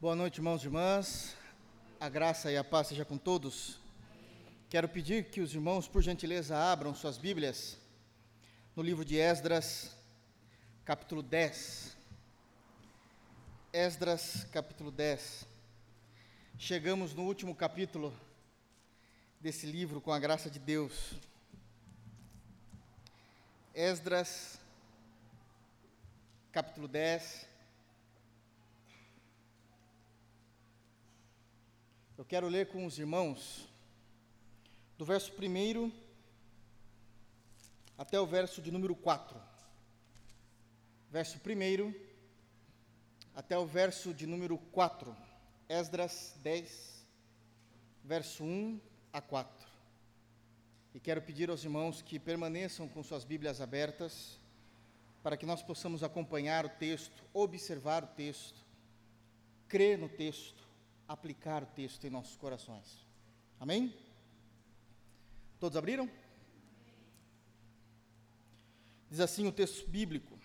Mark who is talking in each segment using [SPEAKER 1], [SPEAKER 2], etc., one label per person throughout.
[SPEAKER 1] Boa noite, irmãos e irmãs. A graça e a paz seja com todos. Quero pedir que os irmãos, por gentileza, abram suas Bíblias no livro de Esdras, capítulo 10. Esdras, capítulo 10. Chegamos no último capítulo desse livro, com a graça de Deus. Esdras, capítulo 10. Eu quero ler com os irmãos do verso 1 até o verso de número 4. Verso 1 até o verso de número 4. Esdras 10, verso 1 a 4. E quero pedir aos irmãos que permaneçam com suas Bíblias abertas, para que nós possamos acompanhar o texto, observar o texto, crer no texto, aplicar o texto em nossos corações. Amém? Todos abriram? Diz assim o texto bíblico: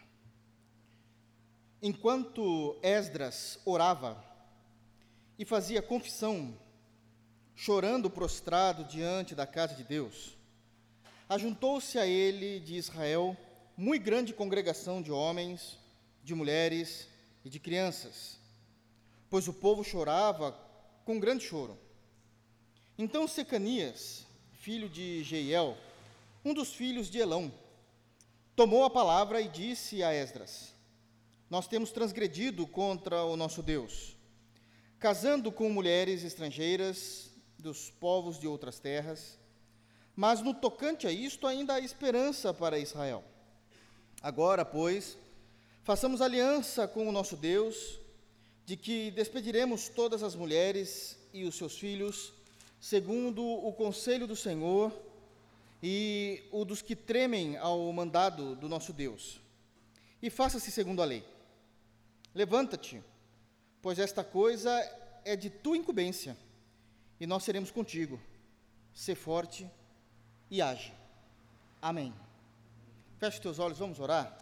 [SPEAKER 1] Enquanto Esdras orava e fazia confissão, chorando prostrado diante da casa de Deus, ajuntou-se a ele de Israel muito grande congregação de homens, de mulheres e de crianças, pois o povo chorava com grande choro. Então Secanias, filho de Jeiel, um dos filhos de Elão, tomou a palavra e disse a Esdras: Nós temos transgredido contra o nosso Deus, casando com mulheres estrangeiras dos povos de outras terras, mas no tocante a isto ainda há esperança para Israel. Agora, pois, façamos aliança com o nosso Deus, de que despediremos todas as mulheres e os seus filhos, segundo o conselho do Senhor e o dos que tremem ao mandado do nosso Deus. E faça-se segundo a lei. Levanta-te, pois esta coisa é de tua incumbência, e nós seremos contigo. Sê forte e age. Amém. Feche os teus olhos, vamos orar.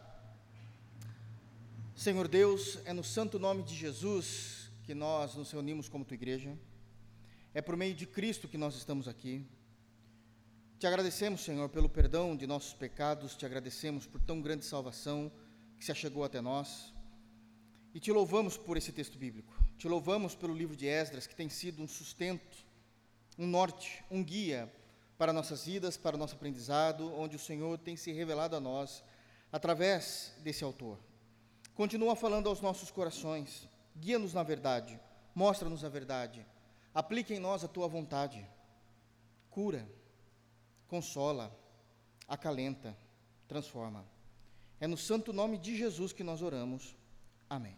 [SPEAKER 1] Senhor Deus, é no santo nome de Jesus que nós nos reunimos como tua igreja. É por meio de Cristo que nós estamos aqui. Te agradecemos, Senhor, pelo perdão de nossos pecados, te agradecemos por tão grande salvação que se achegou até nós. E te louvamos por esse texto bíblico. Te louvamos pelo livro de Esdras, que tem sido um sustento, um norte, um guia para nossas vidas, para o nosso aprendizado, onde o Senhor tem se revelado a nós através desse autor. Continua falando aos nossos corações, guia-nos na verdade, mostra-nos a verdade, aplica em nós a tua vontade, cura, consola, acalenta, transforma. É no santo nome de Jesus que nós oramos. Amém.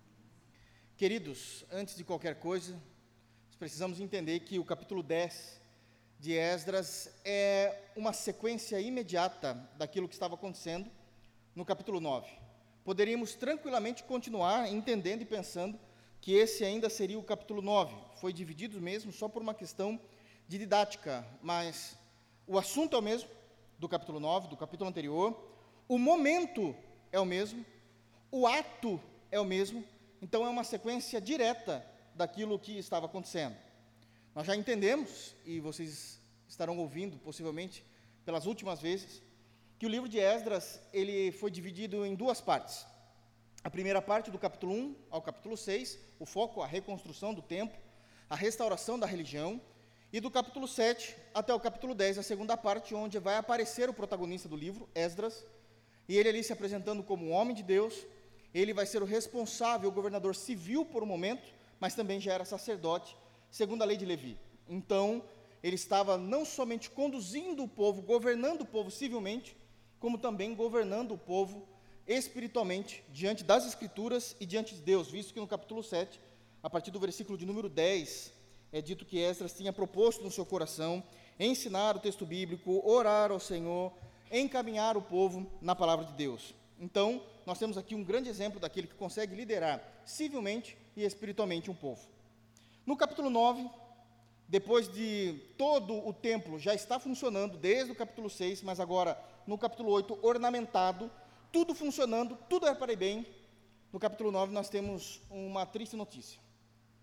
[SPEAKER 1] Queridos, antes de qualquer coisa, nós precisamos entender que o capítulo 10 de Esdras é uma sequência imediata daquilo que estava acontecendo no capítulo 9. Poderíamos tranquilamente continuar entendendo e pensando que esse ainda seria o capítulo 9. Foi dividido mesmo só por uma questão de didática, mas o assunto é o mesmo do capítulo 9, do capítulo anterior, o momento é o mesmo, o ato é o mesmo, então é uma sequência direta daquilo que estava acontecendo. Nós já entendemos, e vocês estarão ouvindo possivelmente pelas últimas vezes, que o livro de Esdras ele foi dividido em duas partes. A primeira parte, do capítulo 1 ao capítulo 6, o foco, a reconstrução do templo, a restauração da religião, e do capítulo 7 até o capítulo 10, a segunda parte, onde vai aparecer o protagonista do livro, Esdras, e ele ali se apresentando como um homem de Deus. Ele vai ser o responsável, o governador civil por um momento, mas também já era sacerdote, segundo a lei de Levi. Então, ele estava não somente conduzindo o povo, governando o povo civilmente, como também governando o povo espiritualmente, diante das Escrituras e diante de Deus, visto que no capítulo 7, a partir do versículo de número 10, é dito que Esdras tinha proposto no seu coração ensinar o texto bíblico, orar ao Senhor, encaminhar o povo na palavra de Deus. Então, nós temos aqui um grande exemplo daquele que consegue liderar civilmente e espiritualmente um povo. No capítulo 9, depois de todo o templo já estar funcionando, desde o capítulo 6, mas agora no capítulo 8, ornamentado, tudo funcionando, tudo é para bem. No capítulo 9 nós temos uma triste notícia.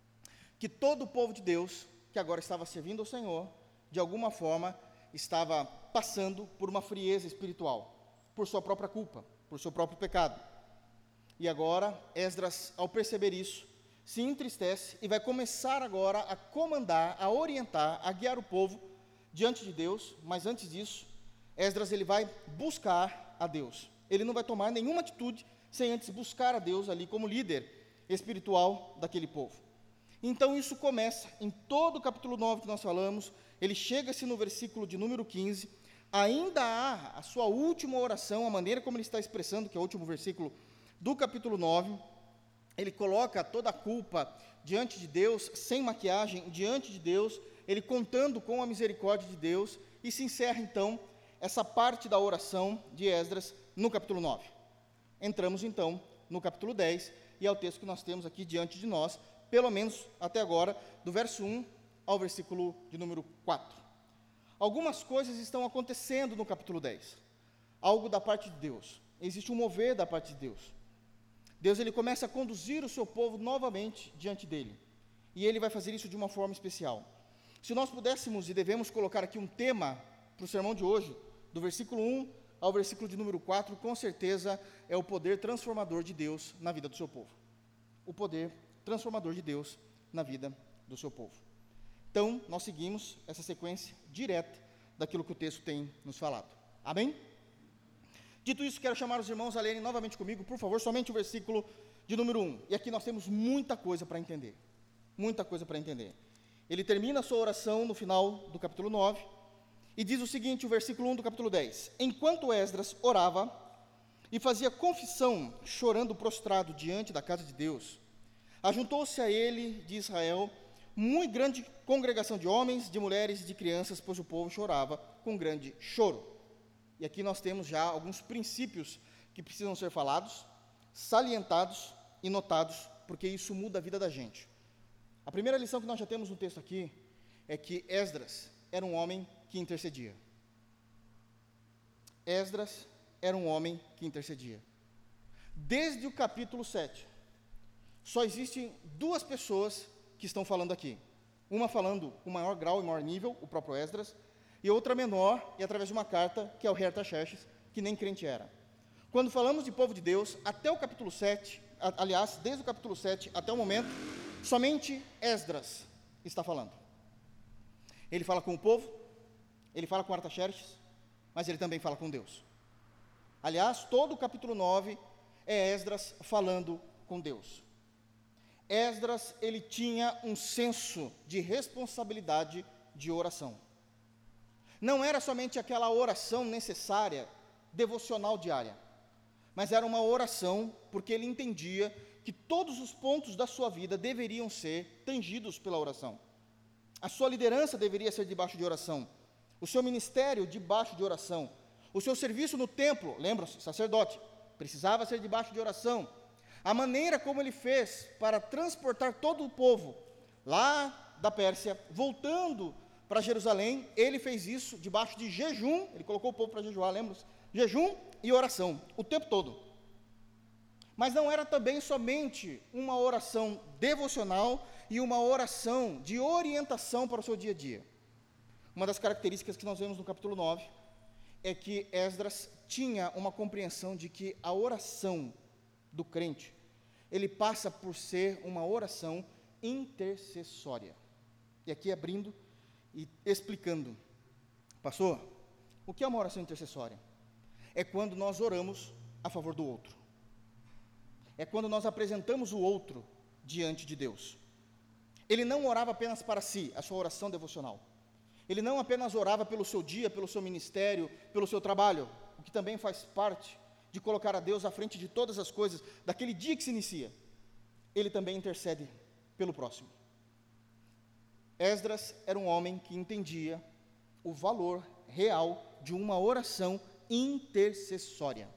[SPEAKER 1] que todo o povo de Deus, que agora estava servindo ao Senhor, de alguma forma estava passando por uma frieza espiritual, por sua própria culpa, por seu próprio pecado. E agora, Esdras, ao perceber isso, se entristece e vai começar agora a comandar, a orientar, a guiar o povo diante de Deus, mas antes disso, Esdras ele vai buscar a Deus. Ele não vai tomar nenhuma atitude sem antes buscar a Deus ali como líder espiritual daquele povo. Então isso começa em todo o capítulo 9 que nós falamos, ele chega-se no versículo de número 15, ainda há a sua última oração, a maneira como ele está expressando, que é o último versículo do capítulo 9, ele coloca toda a culpa diante de Deus, sem maquiagem, diante de Deus, ele contando com a misericórdia de Deus, e se encerra então essa parte da oração de Esdras no capítulo 9. Entramos então no capítulo 10, e é o texto que nós temos aqui diante de nós, pelo menos até agora, do verso 1 ao versículo de número 4. Algumas coisas estão acontecendo no capítulo 10, algo da parte de Deus, existe um mover da parte de Deus. Deus ele começa a conduzir o seu povo novamente diante dele, e ele vai fazer isso de uma forma especial. Se nós pudéssemos e devemos colocar aqui um tema para o sermão de hoje, do versículo 1 ao versículo de número 4, com certeza é o poder transformador de Deus na vida do seu povo. O poder transformador de Deus na vida do seu povo. Então, nós seguimos essa sequência direta daquilo que o texto tem nos falado. Amém? Dito isso, quero chamar os irmãos a lerem novamente comigo, por favor, somente o versículo de número 1. E aqui nós temos muita coisa para entender. Muita coisa para entender. Ele termina a sua oração no final do capítulo 9, e diz o seguinte, o versículo 1 do capítulo 10. Enquanto Esdras orava e fazia confissão, chorando prostrado diante da casa de Deus, ajuntou-se a ele, de Israel, muito grande congregação de homens, de mulheres e de crianças, pois o povo chorava com grande choro. E aqui nós temos já alguns princípios que precisam ser falados, salientados e notados, porque isso muda a vida da gente. A primeira lição que nós já temos no texto aqui é que Esdras era um homem que intercedia. Esdras era um homem que intercedia. Desde o capítulo 7, só existem duas pessoas que estão falando aqui. Uma falando com maior grau e maior nível, o próprio Esdras, e outra menor, e através de uma carta, que é o rei Artaxerxes, que nem crente era. Quando falamos de povo de Deus, até o capítulo 7, aliás, desde o capítulo 7 até o momento, somente Esdras está falando. Ele fala com o povo, ele fala com Artaxerxes, mas ele também fala com Deus. Aliás, todo o capítulo 9 é Esdras falando com Deus. Esdras, ele tinha um senso de responsabilidade de oração. Não era somente aquela oração necessária, devocional diária, mas era uma oração porque ele entendia que todos os pontos da sua vida deveriam ser tangidos pela oração. A sua liderança deveria ser debaixo de oração, o seu ministério debaixo de oração, o seu serviço no templo, lembra-se, sacerdote, precisava ser debaixo de oração. A maneira como ele fez para transportar todo o povo lá da Pérsia, voltando para Jerusalém, ele fez isso debaixo de jejum, ele colocou o povo para jejuar, lembra-se? Jejum e oração, o tempo todo. Mas não era também somente uma oração devocional e uma oração de orientação para o seu dia a dia. Uma das características que nós vemos no capítulo 9 é que Esdras tinha uma compreensão de que a oração do crente, ele passa por ser uma oração intercessória. E aqui abrindo e explicando, pastor, o que é uma oração intercessória? É quando nós oramos a favor do outro. É quando nós apresentamos o outro diante de Deus. Ele não orava apenas para si, a sua oração devocional. Ele não apenas orava pelo seu dia, pelo seu ministério, pelo seu trabalho, o que também faz parte de colocar a Deus à frente de todas as coisas, daquele dia que se inicia. Ele também intercede pelo próximo. Esdras era um homem que entendia o valor real de uma oração intercessória.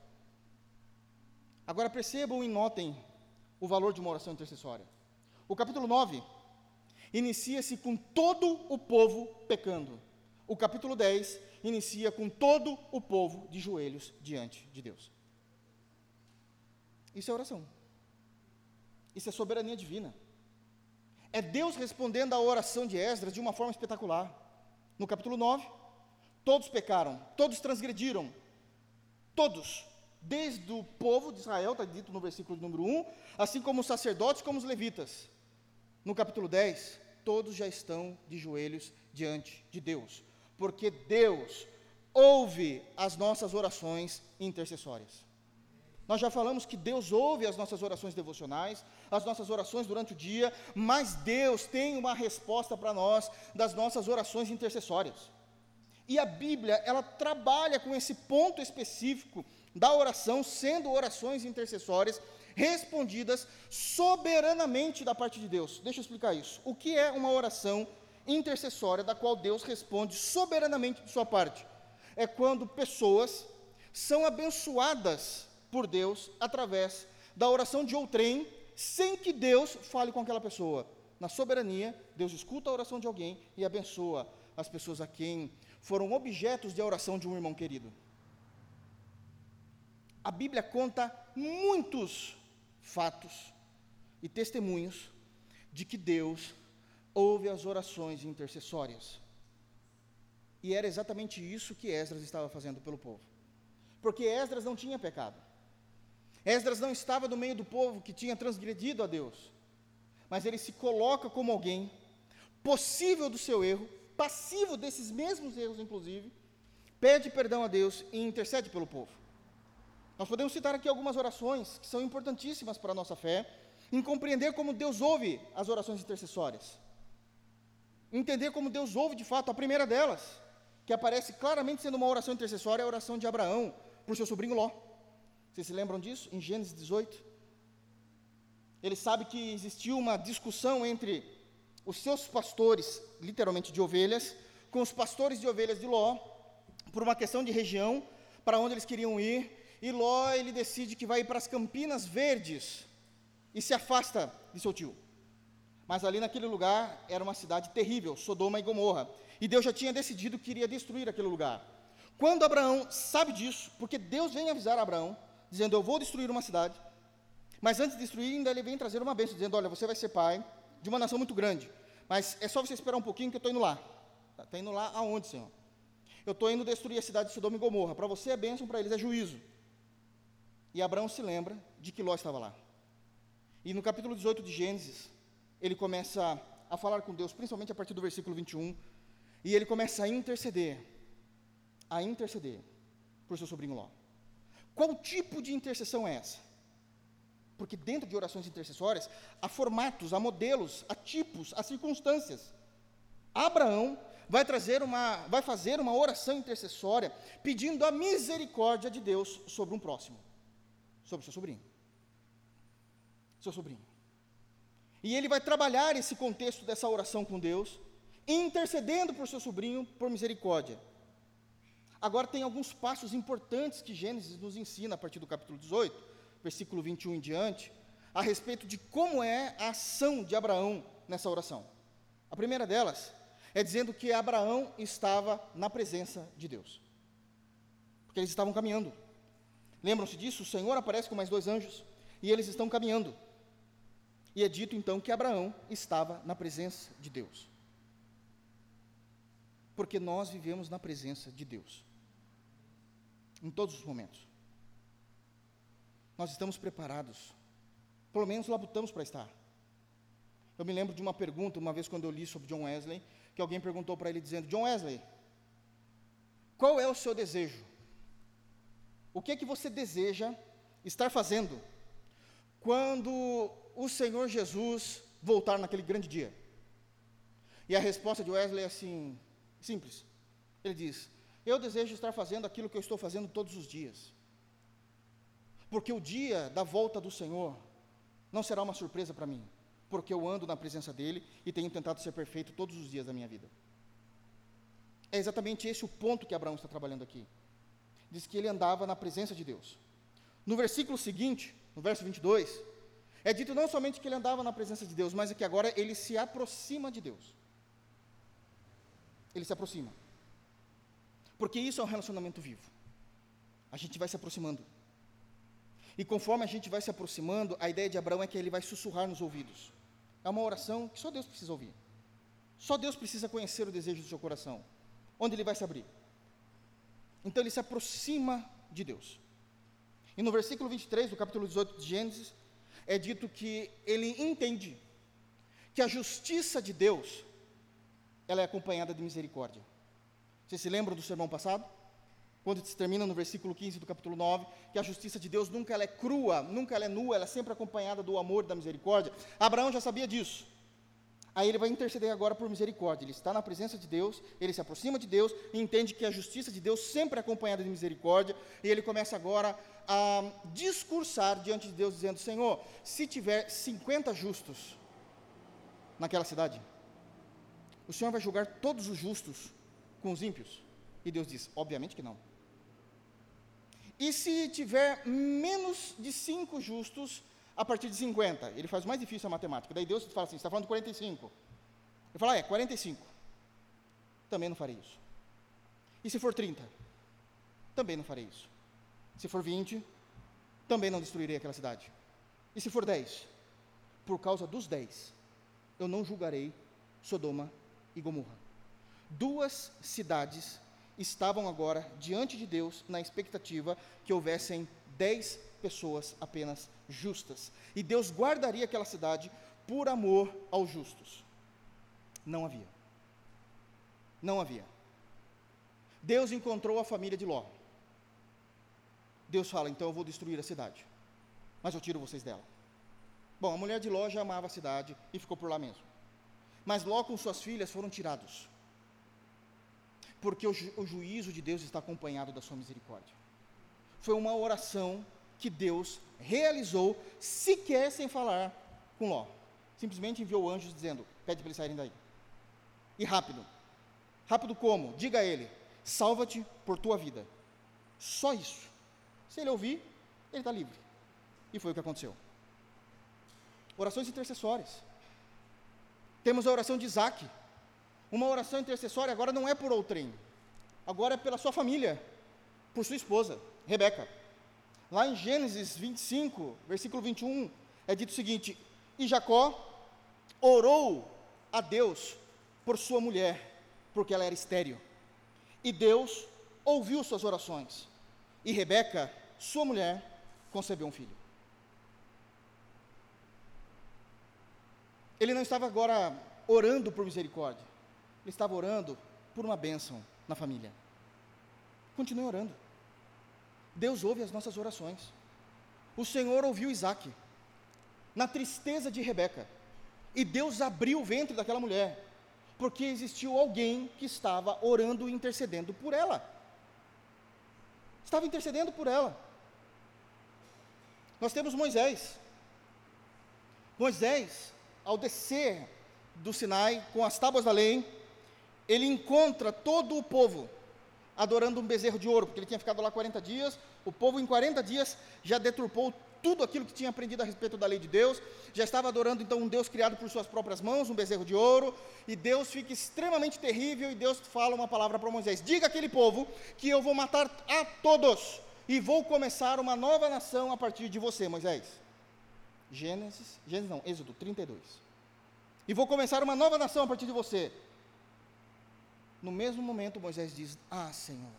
[SPEAKER 1] Agora percebam e notem o valor de uma oração intercessória. O capítulo 9 inicia-se com todo o povo pecando. O capítulo 10 inicia com todo o povo de joelhos diante de Deus. Isso é oração. Isso é soberania divina. É Deus respondendo à oração de Esdras de uma forma espetacular. No capítulo 9, todos pecaram, todos transgrediram, todos, desde o povo de Israel, está dito no versículo número 1, assim como os sacerdotes, como os levitas. No capítulo 10, todos já estão de joelhos diante de Deus, porque Deus ouve as nossas orações intercessórias. Nós já falamos que Deus ouve as nossas orações devocionais, as nossas orações durante o dia, mas Deus tem uma resposta para nós das nossas orações intercessórias. E a Bíblia, ela trabalha com esse ponto específico da oração, sendo orações intercessórias respondidas soberanamente da parte de Deus. Deixa eu explicar isso. O que é uma oração intercessória da qual Deus responde soberanamente de sua parte? É quando pessoas são abençoadas por Deus através da oração de outrem, sem que Deus fale com aquela pessoa. Na soberania, Deus escuta a oração de alguém e abençoa as pessoas a quem foram objetos de oração de um irmão querido. A Bíblia conta muitos fatos e testemunhos de que Deus ouve as orações intercessórias. E era exatamente isso que Esdras estava fazendo pelo povo. Porque Esdras não tinha pecado. Esdras não estava no meio do povo que tinha transgredido a Deus. Mas ele se coloca como alguém possível do seu erro, passivo desses mesmos erros, inclusive, pede perdão a Deus e intercede pelo povo. Nós podemos citar aqui algumas orações que são importantíssimas para a nossa fé, em compreender como Deus ouve as orações intercessórias. Entender como Deus ouve de fato. A primeira delas, que aparece claramente sendo uma oração intercessória, é a oração de Abraão para o seu sobrinho Ló. Vocês se lembram disso? Em Gênesis 18. Ele sabe que existiu uma discussão entre os seus pastores, literalmente de ovelhas, com os pastores de ovelhas de Ló, por uma questão de região, para onde eles queriam ir, e Ló, ele decide que vai ir para as Campinas Verdes, e se afasta de seu tio. Mas ali naquele lugar, era uma cidade terrível, Sodoma e Gomorra, e Deus já tinha decidido que iria destruir aquele lugar. Quando Abraão sabe disso, porque Deus vem avisar a Abraão, dizendo, eu vou destruir uma cidade, mas antes de destruir, ainda ele vem trazer uma bênção, dizendo, olha, você vai ser pai de uma nação muito grande, mas é só você esperar um pouquinho que eu estou indo lá. Está indo lá aonde, Senhor? Eu estou indo destruir a cidade de Sodoma e Gomorra. Para você é bênção, para eles é juízo. E Abraão se lembra de que Ló estava lá. E no capítulo 18 de Gênesis, ele começa a falar com Deus, principalmente a partir do versículo 21, e ele começa a interceder por seu sobrinho Ló. Qual tipo de intercessão é essa? Porque dentro de orações intercessórias, há formatos, há modelos, há tipos, há circunstâncias. Abraão vai fazer uma oração intercessória, pedindo a misericórdia de Deus sobre um próximo, sobre seu sobrinho. Seu sobrinho. E ele vai trabalhar esse contexto dessa oração com Deus, intercedendo por seu sobrinho por misericórdia. Agora tem alguns passos importantes que Gênesis nos ensina a partir do capítulo 18, versículo 21 em diante, a respeito de como é a ação de Abraão nessa oração. A primeira delas é dizendo que Abraão estava na presença de Deus, porque eles estavam caminhando. Lembram-se disso? O Senhor aparece com mais 2 anjos, e eles estão caminhando. E é dito então que Abraão estava na presença de Deus, porque nós vivemos na presença de Deus, em todos os momentos. Nós estamos preparados, pelo menos labutamos para estar. Eu me lembro de uma pergunta, uma vez quando eu li sobre John Wesley, que alguém perguntou para ele dizendo, John Wesley, qual é o seu desejo? O que é que você deseja estar fazendo quando o Senhor Jesus voltar naquele grande dia? E a resposta de Wesley é assim, simples. Ele diz, eu desejo estar fazendo aquilo que eu estou fazendo todos os dias. Porque o dia da volta do Senhor não será uma surpresa para mim, porque eu ando na presença dEle e tenho tentado ser perfeito todos os dias da minha vida. É exatamente esse o ponto que Abraão está trabalhando aqui. Diz que ele andava na presença de Deus. No versículo seguinte, no verso 22, é dito não somente que ele andava na presença de Deus, mas é que agora ele se aproxima de Deus. Ele se aproxima. Porque isso é um relacionamento vivo. A gente vai se aproximando. E conforme a gente vai se aproximando, a ideia de Abraão é que ele vai sussurrar nos ouvidos. é uma oração que só Deus precisa ouvir. Só Deus precisa conhecer o desejo do seu coração, onde ele vai se abrir. Então ele se aproxima de Deus. E no versículo 23 do capítulo 18 de Gênesis, é dito que ele entende que a justiça de Deus, ela é acompanhada de misericórdia. Vocês se lembram do sermão passado? Quando se termina no versículo 15 do capítulo 9, que a justiça de Deus nunca ela é crua, nunca ela é nua, ela é sempre acompanhada do amor e da misericórdia. Abraão já sabia disso. Aí ele vai interceder agora por misericórdia. Ele está na presença de Deus, ele se aproxima de Deus e entende que a justiça de Deus sempre é acompanhada de misericórdia. E ele começa agora a discursar diante de Deus, dizendo: Senhor, se tiver 50 justos naquela cidade, o Senhor vai julgar todos os justos com os ímpios? E Deus diz: obviamente que não. E se tiver menos de 5 justos a partir de 50? Ele faz mais difícil a matemática. Daí Deus fala assim: você está falando de 45. Ele fala: 45. Também não farei isso. E se for 30? Também não farei isso. Se for 20, também não destruirei aquela cidade. E se for 10? Por causa dos 10, eu não julgarei Sodoma e Gomorra. 2 cidades estavam agora diante de Deus na expectativa que houvessem 10 pessoas apenas justas. E Deus guardaria aquela cidade por amor aos justos. Não havia. Não havia. Deus encontrou a família de Ló. Deus fala: então eu vou destruir a cidade, mas eu tiro vocês dela. Bom, a mulher de Ló já amava a cidade e ficou por lá mesmo. Mas Ló com suas filhas foram tirados, porque o juízo de Deus está acompanhado da sua misericórdia. Foi uma oração que Deus realizou, sequer sem falar com Ló. Simplesmente enviou anjos dizendo: pede para eles saírem daí. E rápido. Rápido como? Diga a ele: salva-te por tua vida. Só isso. Se ele ouvir, ele está livre. E foi o que aconteceu. Orações intercessórias. Temos a oração de Isaac. Uma oração intercessória agora não é por outrem, agora é pela sua família, por sua esposa, Rebeca. Lá em Gênesis 25, versículo 21, é dito o seguinte: e Jacó orou a Deus por sua mulher, porque ela era estéril. E Deus ouviu suas orações, e Rebeca, sua mulher, concebeu um filho. Ele não estava agora orando por misericórdia, ele estava orando por uma bênção na família. Continue orando. Deus ouve as nossas orações. O Senhor ouviu Isaac na tristeza de Rebeca, e Deus abriu o ventre daquela mulher, porque existiu alguém que estava orando e intercedendo por ela. Estava intercedendo por ela. Nós temos Moisés. Moisés, ao descer do Sinai com as tábuas da lei, ele encontra todo o povo adorando um bezerro de ouro, porque ele tinha ficado lá 40 dias, o povo em 40 dias já deturpou tudo aquilo que tinha aprendido a respeito da lei de Deus, já estava adorando então um Deus criado por suas próprias mãos, um bezerro de ouro, e Deus fica extremamente terrível, e Deus fala uma palavra para Moisés: diga àquele povo que eu vou matar a todos, e vou começar uma nova nação a partir de você, Moisés. Êxodo 32. E vou começar uma nova nação a partir de você. No mesmo momento, Moisés diz: ah, Senhor,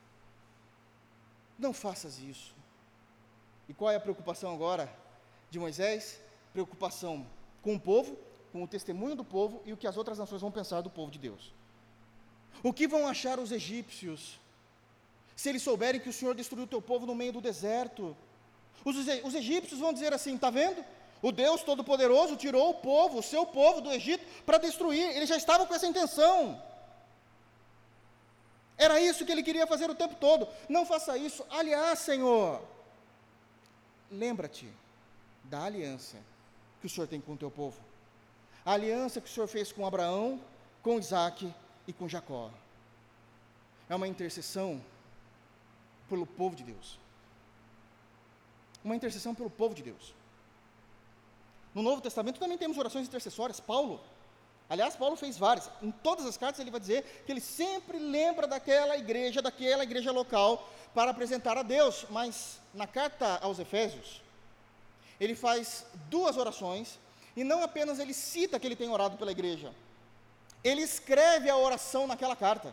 [SPEAKER 1] não faças isso. E qual é a preocupação agora de Moisés? Preocupação com o povo, com o testemunho do povo e o que as outras nações vão pensar do povo de Deus. O que vão achar os egípcios se eles souberem que o Senhor destruiu o teu povo no meio do deserto? Os egípcios vão dizer assim: está vendo? O Deus Todo-Poderoso tirou o povo, o seu povo do Egito para destruir. Ele já estava com essa intenção. Era isso que ele queria fazer o tempo todo. Não faça isso. Aliás, Senhor, lembra-te da aliança que o Senhor tem com o teu povo. A aliança que o Senhor fez com Abraão, com Isaac e com Jacó. É uma intercessão pelo povo de Deus. Uma intercessão pelo povo de Deus. No Novo Testamento também temos orações intercessórias. Paulo fez várias. Em todas as cartas ele vai dizer que ele sempre lembra daquela igreja local, para apresentar a Deus. Mas na carta aos Efésios, ele faz 2 orações, E não apenas ele cita que ele tem orado pela igreja, ele escreve a oração naquela carta.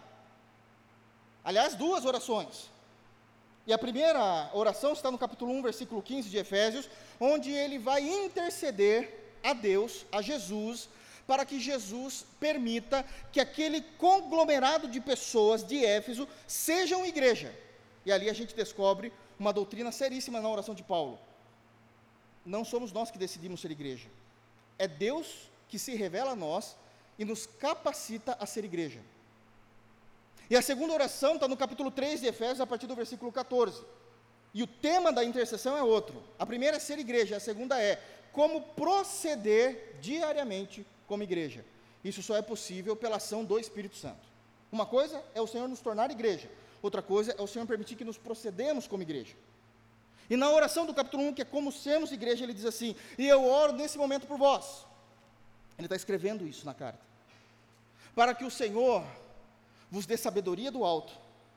[SPEAKER 1] Aliás, 2 orações. E a primeira oração está no capítulo 1, versículo 15 de Efésios, onde ele vai interceder a Deus, a Jesus, para que Jesus permita que aquele conglomerado de pessoas de Éfeso sejam igreja. E ali a gente descobre uma doutrina seríssima na oração de Paulo. Não somos nós que decidimos ser igreja. É Deus que se revela a nós e nos capacita a ser igreja. E a segunda oração está no capítulo 3 de Efésios, a partir do versículo 14. E o tema da intercessão é outro. A primeira é ser igreja, a segunda é como proceder diariamente como igreja. Isso só é possível pela ação do Espírito Santo. Uma coisa é o Senhor nos tornar igreja, outra coisa é o Senhor permitir que nos procedemos como igreja. E na oração do capítulo 1, que é como sermos igreja, ele diz assim: e eu oro nesse momento por vós. Ele está escrevendo isso na carta. Para que o Senhor vos dê sabedoria do alto,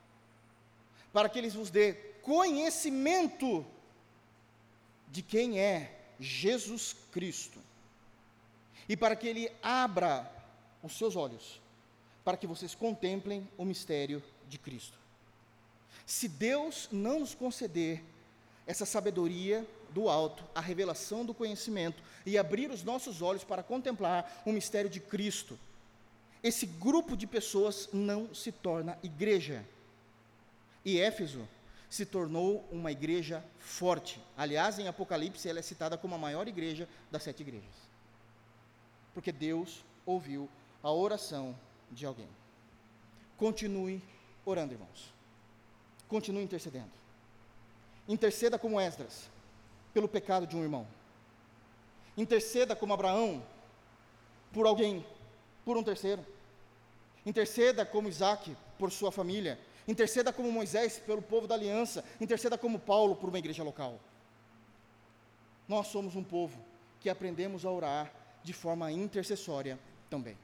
[SPEAKER 1] para que Ele vos dê conhecimento de quem é Jesus Cristo, e para que Ele abra os seus olhos, para que vocês contemplem o mistério de Cristo. Se Deus não nos conceder essa sabedoria do alto, a revelação do conhecimento, e abrir os nossos olhos para contemplar o mistério de Cristo, esse grupo de pessoas não se torna igreja. E Éfeso se tornou uma igreja forte. Aliás, em Apocalipse, ela é citada como a maior igreja das 7 igrejas. Porque Deus ouviu a oração de alguém. Continue orando, irmãos. Continue intercedendo. Interceda como Esdras, pelo pecado de um irmão. Interceda como Abraão, por alguém, por um terceiro. Interceda como Isaac, por sua família. Interceda como Moisés, pelo povo da aliança. Interceda como Paulo, por uma igreja local. Nós somos um povo que aprendemos a orar de forma intercessória também.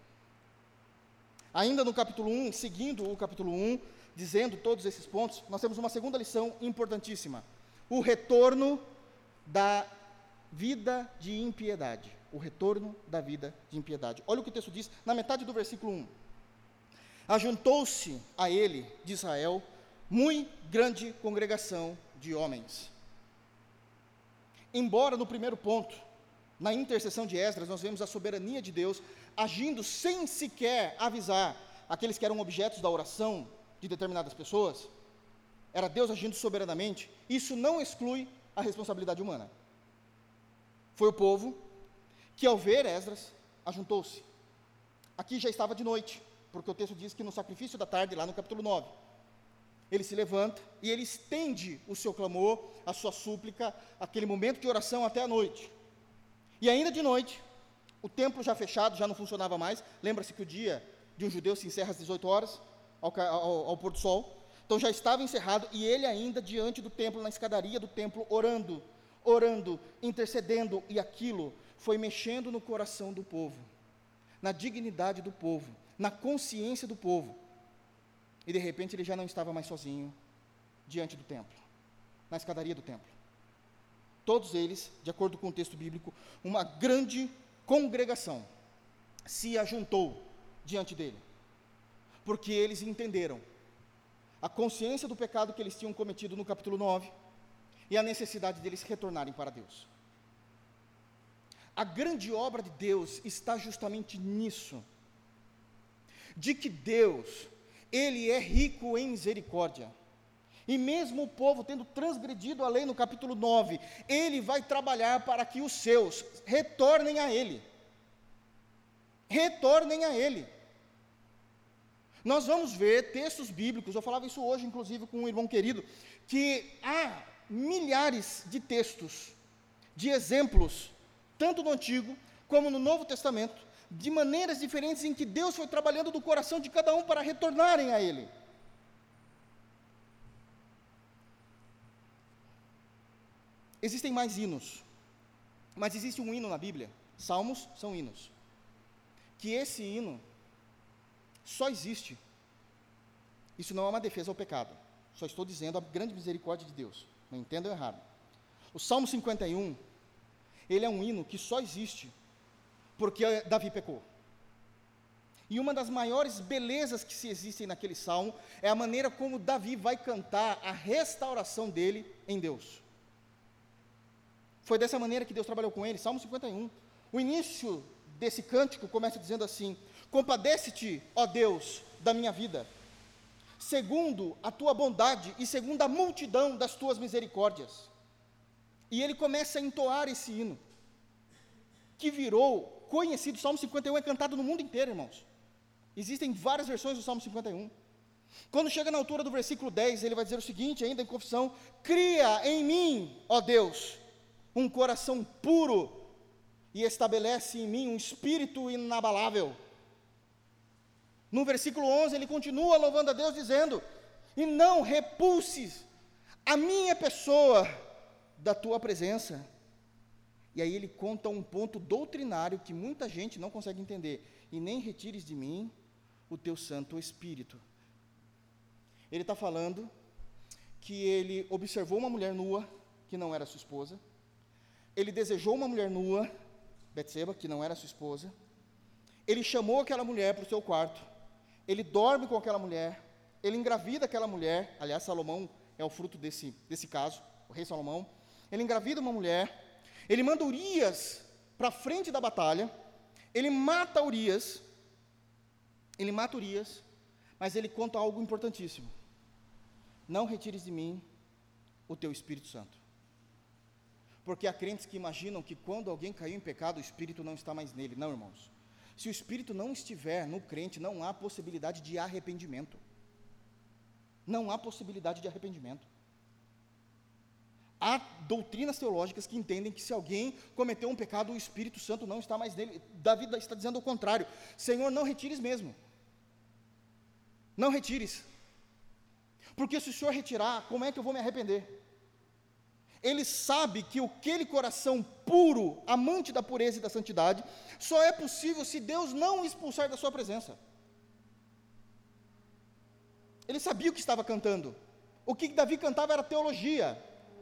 [SPEAKER 1] Ainda no capítulo 1, seguindo o capítulo 1, dizendo todos esses pontos, nós temos uma segunda lição importantíssima: o retorno da vida de impiedade. O retorno da vida de impiedade. Olha o que o texto diz na metade do versículo 1. Ajuntou-se a ele, de Israel, muito grande congregação de homens. Embora no primeiro ponto, na intercessão de Esdras, nós vemos a soberania de Deus agindo sem sequer avisar aqueles que eram objetos da oração de determinadas pessoas, era Deus agindo soberanamente, isso não exclui a responsabilidade humana. Foi o povo que, ao ver Esdras, ajuntou-se. Aqui já estava de noite, porque o texto diz que no sacrifício da tarde, lá no capítulo 9, ele se levanta e ele estende o seu clamor, a sua súplica, aquele momento de oração até a noite. E ainda de noite, o templo já fechado, já não funcionava mais. Lembra-se que o dia de um judeu se encerra às 18 horas, ao pôr do sol. Então já estava encerrado, e ele ainda diante do templo, na escadaria do templo, orando, intercedendo, e aquilo foi mexendo no coração do povo, na dignidade do povo, na consciência do povo. E de repente ele já não estava mais sozinho diante do templo, na escadaria do templo. Todos eles, de acordo com o texto bíblico, uma grande congregação se ajuntou diante dele, porque eles entenderam a consciência do pecado que eles tinham cometido no capítulo 9 e a necessidade deles retornarem para Deus. A grande obra de Deus está justamente nisso, de que Deus, Ele é rico em misericórdia, e mesmo o povo tendo transgredido a lei no capítulo 9, Ele vai trabalhar para que os seus retornem a Ele. Retornem a Ele. Nós vamos ver textos bíblicos, eu falava isso hoje, inclusive, com um irmão querido, que há milhares de textos, de exemplos, tanto no Antigo como no Novo Testamento, de maneiras diferentes em que Deus foi trabalhando no coração de cada um para retornarem a Ele. Existem mais hinos, mas existe um hino na Bíblia, salmos são hinos, que esse hino só existe, isso não é uma defesa ao pecado, só estou dizendo a grande misericórdia de Deus, não entendam errado. O Salmo 51, ele é um hino que só existe porque Davi pecou. E uma das maiores belezas que se existem naquele salmo é a maneira como Davi vai cantar a restauração dele em Deus. Foi dessa maneira que Deus trabalhou com ele, Salmo 51. O início desse cântico começa dizendo assim: compadece-te, ó Deus, da minha vida, segundo a tua bondade e segundo a multidão das tuas misericórdias. E ele começa a entoar esse hino, que virou conhecido. O Salmo 51 é cantado no mundo inteiro, irmãos. Existem várias versões do Salmo 51. Quando chega na altura do versículo 10, ele vai dizer o seguinte, ainda em confissão: cria em mim, ó Deus, um coração puro, e estabelece em mim um espírito inabalável. No versículo 11, ele continua louvando a Deus, dizendo: e não repulses a minha pessoa da tua presença. E aí ele conta um ponto doutrinário que muita gente não consegue entender: e nem retires de mim o teu Santo Espírito. Ele está falando que ele observou uma mulher nua, que não era sua esposa, ele desejou uma mulher nua, Betseba, que não era sua esposa, ele chamou aquela mulher para o seu quarto, ele dorme com aquela mulher, ele engravida aquela mulher. Aliás, Salomão é o fruto desse caso, o rei Salomão. Ele engravida uma mulher, ele manda Urias para a frente da batalha, ele mata Urias, mas ele conta algo importantíssimo: não retires de mim o teu Espírito Santo. Porque há crentes que imaginam que quando alguém caiu em pecado, o Espírito não está mais nele. Não, irmãos. Se o Espírito não estiver no crente, não há possibilidade de arrependimento. Não há possibilidade de arrependimento. Há doutrinas teológicas que entendem que se alguém cometeu um pecado, o Espírito Santo não está mais nele. Davi está dizendo o contrário: Senhor, não retires mesmo. Não retires. Porque se o Senhor retirar, como é que eu vou me arrepender? Ele sabe que aquele coração puro, amante da pureza e da santidade, só é possível se Deus não o expulsar da sua presença. Ele sabia o que estava cantando. O que Davi cantava era teologia.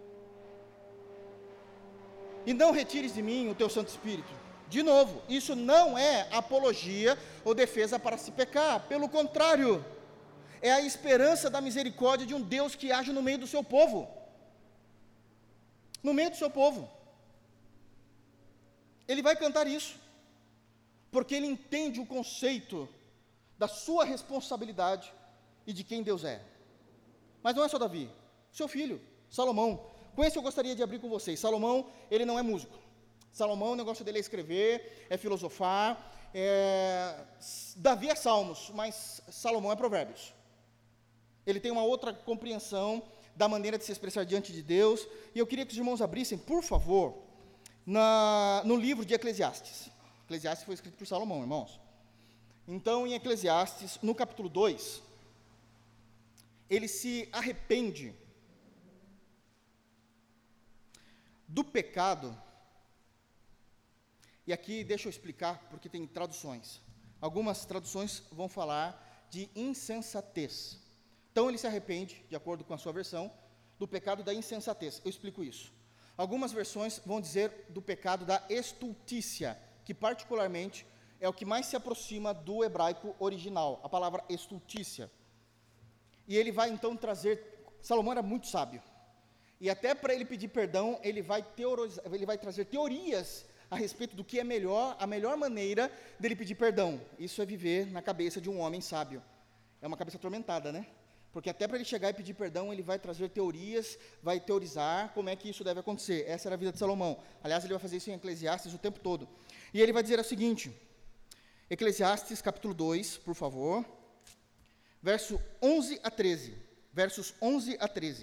[SPEAKER 1] E não retires de mim o teu Santo Espírito. De novo, isso não é apologia ou defesa para se pecar. Pelo contrário, é a esperança da misericórdia de um Deus que age no meio do seu povo. No meio do seu povo. Ele vai cantar isso, porque ele entende o conceito da sua responsabilidade e de quem Deus é. Mas não é só Davi, seu filho, Salomão. Com esse eu gostaria de abrir com vocês. Salomão, ele não é músico. Salomão, o negócio dele é escrever, é filosofar. Davi é salmos, mas Salomão é provérbios. Ele tem uma outra compreensão da maneira de se expressar diante de Deus. E eu queria que os irmãos abrissem, por favor, no livro de Eclesiastes. Eclesiastes foi escrito por Salomão, irmãos. Então, em Eclesiastes, no capítulo 2, ele se arrepende do pecado. E aqui deixa eu explicar, porque tem traduções. Algumas traduções vão falar de insensatez. Então ele se arrepende, de acordo com a sua versão, do pecado da insensatez. Eu explico isso. Algumas versões vão dizer do pecado da estultícia, que particularmente é o que mais se aproxima do hebraico original, a palavra estultícia. E ele vai então trazer, Salomão era muito sábio, e até para ele pedir perdão, ele vai trazer teorias a respeito do que é melhor, a melhor maneira dele pedir perdão. Isso é viver na cabeça de um homem sábio. É uma cabeça atormentada, né? Porque até para ele chegar e pedir perdão, ele vai trazer teorias, vai teorizar como é que isso deve acontecer. Essa era a vida de Salomão. Aliás, ele vai fazer isso em Eclesiastes o tempo todo. E ele vai dizer o seguinte, Eclesiastes capítulo 2, por favor, verso 11 a 13. Versos 11 a 13.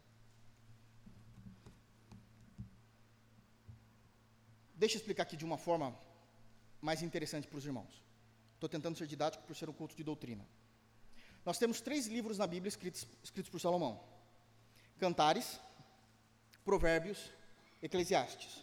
[SPEAKER 1] Deixa eu explicar aqui de uma forma mais interessante para os irmãos. Estou tentando ser didático por ser um culto de doutrina. Nós temos 3 livros na Bíblia escritos por Salomão: Cantares, Provérbios, Eclesiastes.